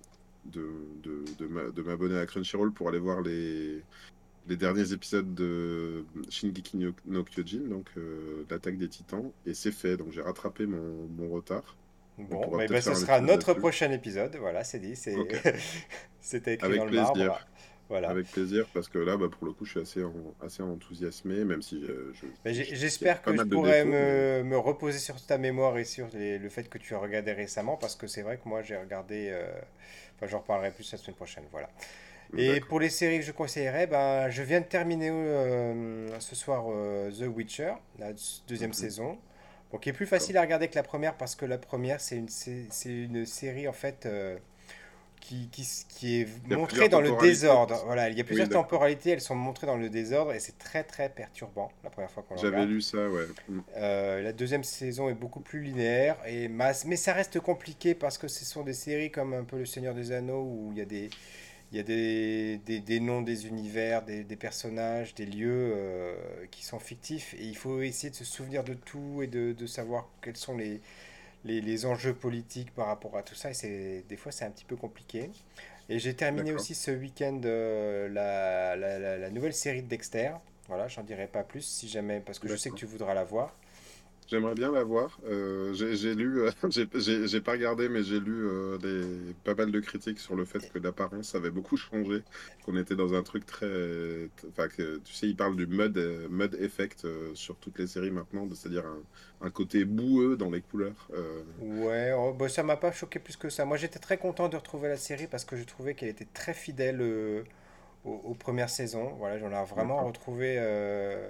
de, de, de m'a- de m'abonner à Crunchyroll pour aller voir les les derniers épisodes de Shingeki no, no Kyojin, donc euh, l'attaque des Titans, et c'est fait. Donc j'ai rattrapé mon, mon retard. On Bon, pourra mais ben, peut-être ce faire un sera épisode notre là-dessus. prochain épisode. Voilà, c'est dit, c'est Ok, c'était écrit dans avec le marbre. plaisir. Voilà. Avec plaisir, parce que là, bah, pour le coup, je suis assez, en- assez enthousiasmé, même si euh, je, Ben, je j'ai- sais qu'il y a j'espère pas que je mal de pourrai défauts, mais me, me reposer sur ta mémoire et sur les- le fait que tu as regardé récemment, parce que c'est vrai que moi j'ai regardé. euh, Enfin, j'en reparlerai plus la semaine prochaine. Voilà. Et d'accord. pour les séries que je conseillerais, ben, je viens de terminer euh, ce soir euh, The Witcher, la deuxième Mhm, saison. Bon, qui est plus d'accord. facile à regarder que la première parce que la première, c'est une, c'est c'est une série en fait euh, qui, qui, s- qui est Il y a montrée plusieurs dans le temporalités. désordre. Voilà, il y a Oui, plusieurs d'accord. temporalités, elles sont montrées dans le désordre et c'est très très perturbant la première fois qu'on le J'avais regarde. lu ça, ouais. Mm, Euh, la deuxième saison est beaucoup plus linéaire, et mas- mais ça reste compliqué parce que ce sont des séries comme un peu Le Seigneur des Anneaux où il y a des, il y a des, des, des noms des univers, des, des personnages, des lieux euh, qui sont fictifs et il faut essayer de se souvenir de tout et de, de savoir quels sont les, les, les enjeux politiques par rapport à tout ça et c'est, des fois c'est un petit peu compliqué. Et j'ai terminé d'accord. aussi ce week-end euh, la, la, la- la nouvelle série de Dexter. Voilà, j'en dirai pas plus si jamais, parce que je sais que D'accord. tu voudras la voir. J'aimerais bien la voir. Euh, j'ai j'ai lu, euh, j'ai j'ai- j'ai pas regardé, mais j'ai lu euh, des, pas mal de critiques sur le fait que l'apparence avait beaucoup changé, qu'on était dans un truc très, enfin que tu sais, ils parlent du mud, euh, mud effect euh, sur toutes les séries maintenant, c'est-à-dire un, un côté boueux dans les couleurs. Euh, Ouais, oh, bah, ça m'a pas choqué plus que ça. Moi, j'étais très content de retrouver la série parce que je trouvais qu'elle était très fidèle euh, aux, aux premières saisons. Voilà, j'en ai vraiment d'accord. retrouvé euh,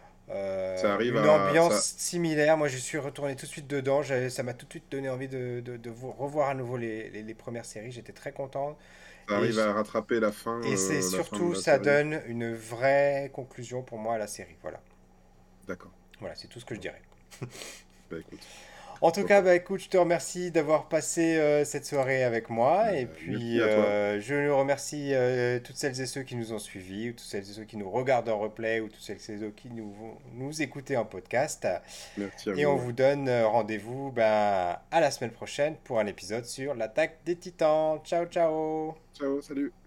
Ça euh, arrive une à, ambiance ça, similaire. Moi, je suis retourné tout de suite dedans. J'avais- Ça m'a tout de suite donné envie de, de- de vous- revoir à nouveau les, les- les premières séries. J'étais très content. ça Et, arrive j- à rattraper la fin, et c'est euh, la fin de surtout, la ça série. donne une vraie conclusion pour moi à la série. Voilà, D'accord. voilà, c'est tout ce que je dirais. Bah écoute. En tout Donc, cas, bah, écoute, je te remercie d'avoir passé euh, cette soirée avec moi. Et euh, merci puis, à toi. euh, je remercie euh, toutes celles et ceux qui nous ont suivis, ou toutes celles et ceux qui nous regardent en replay, ou toutes celles et ceux qui nous vont nous écouter en podcast. Merci à Et on vous. Ouais. vous donne euh, rendez-vous ben, à la semaine prochaine pour un épisode sur l'attaque des Titans. Ciao, ciao! Ciao, salut.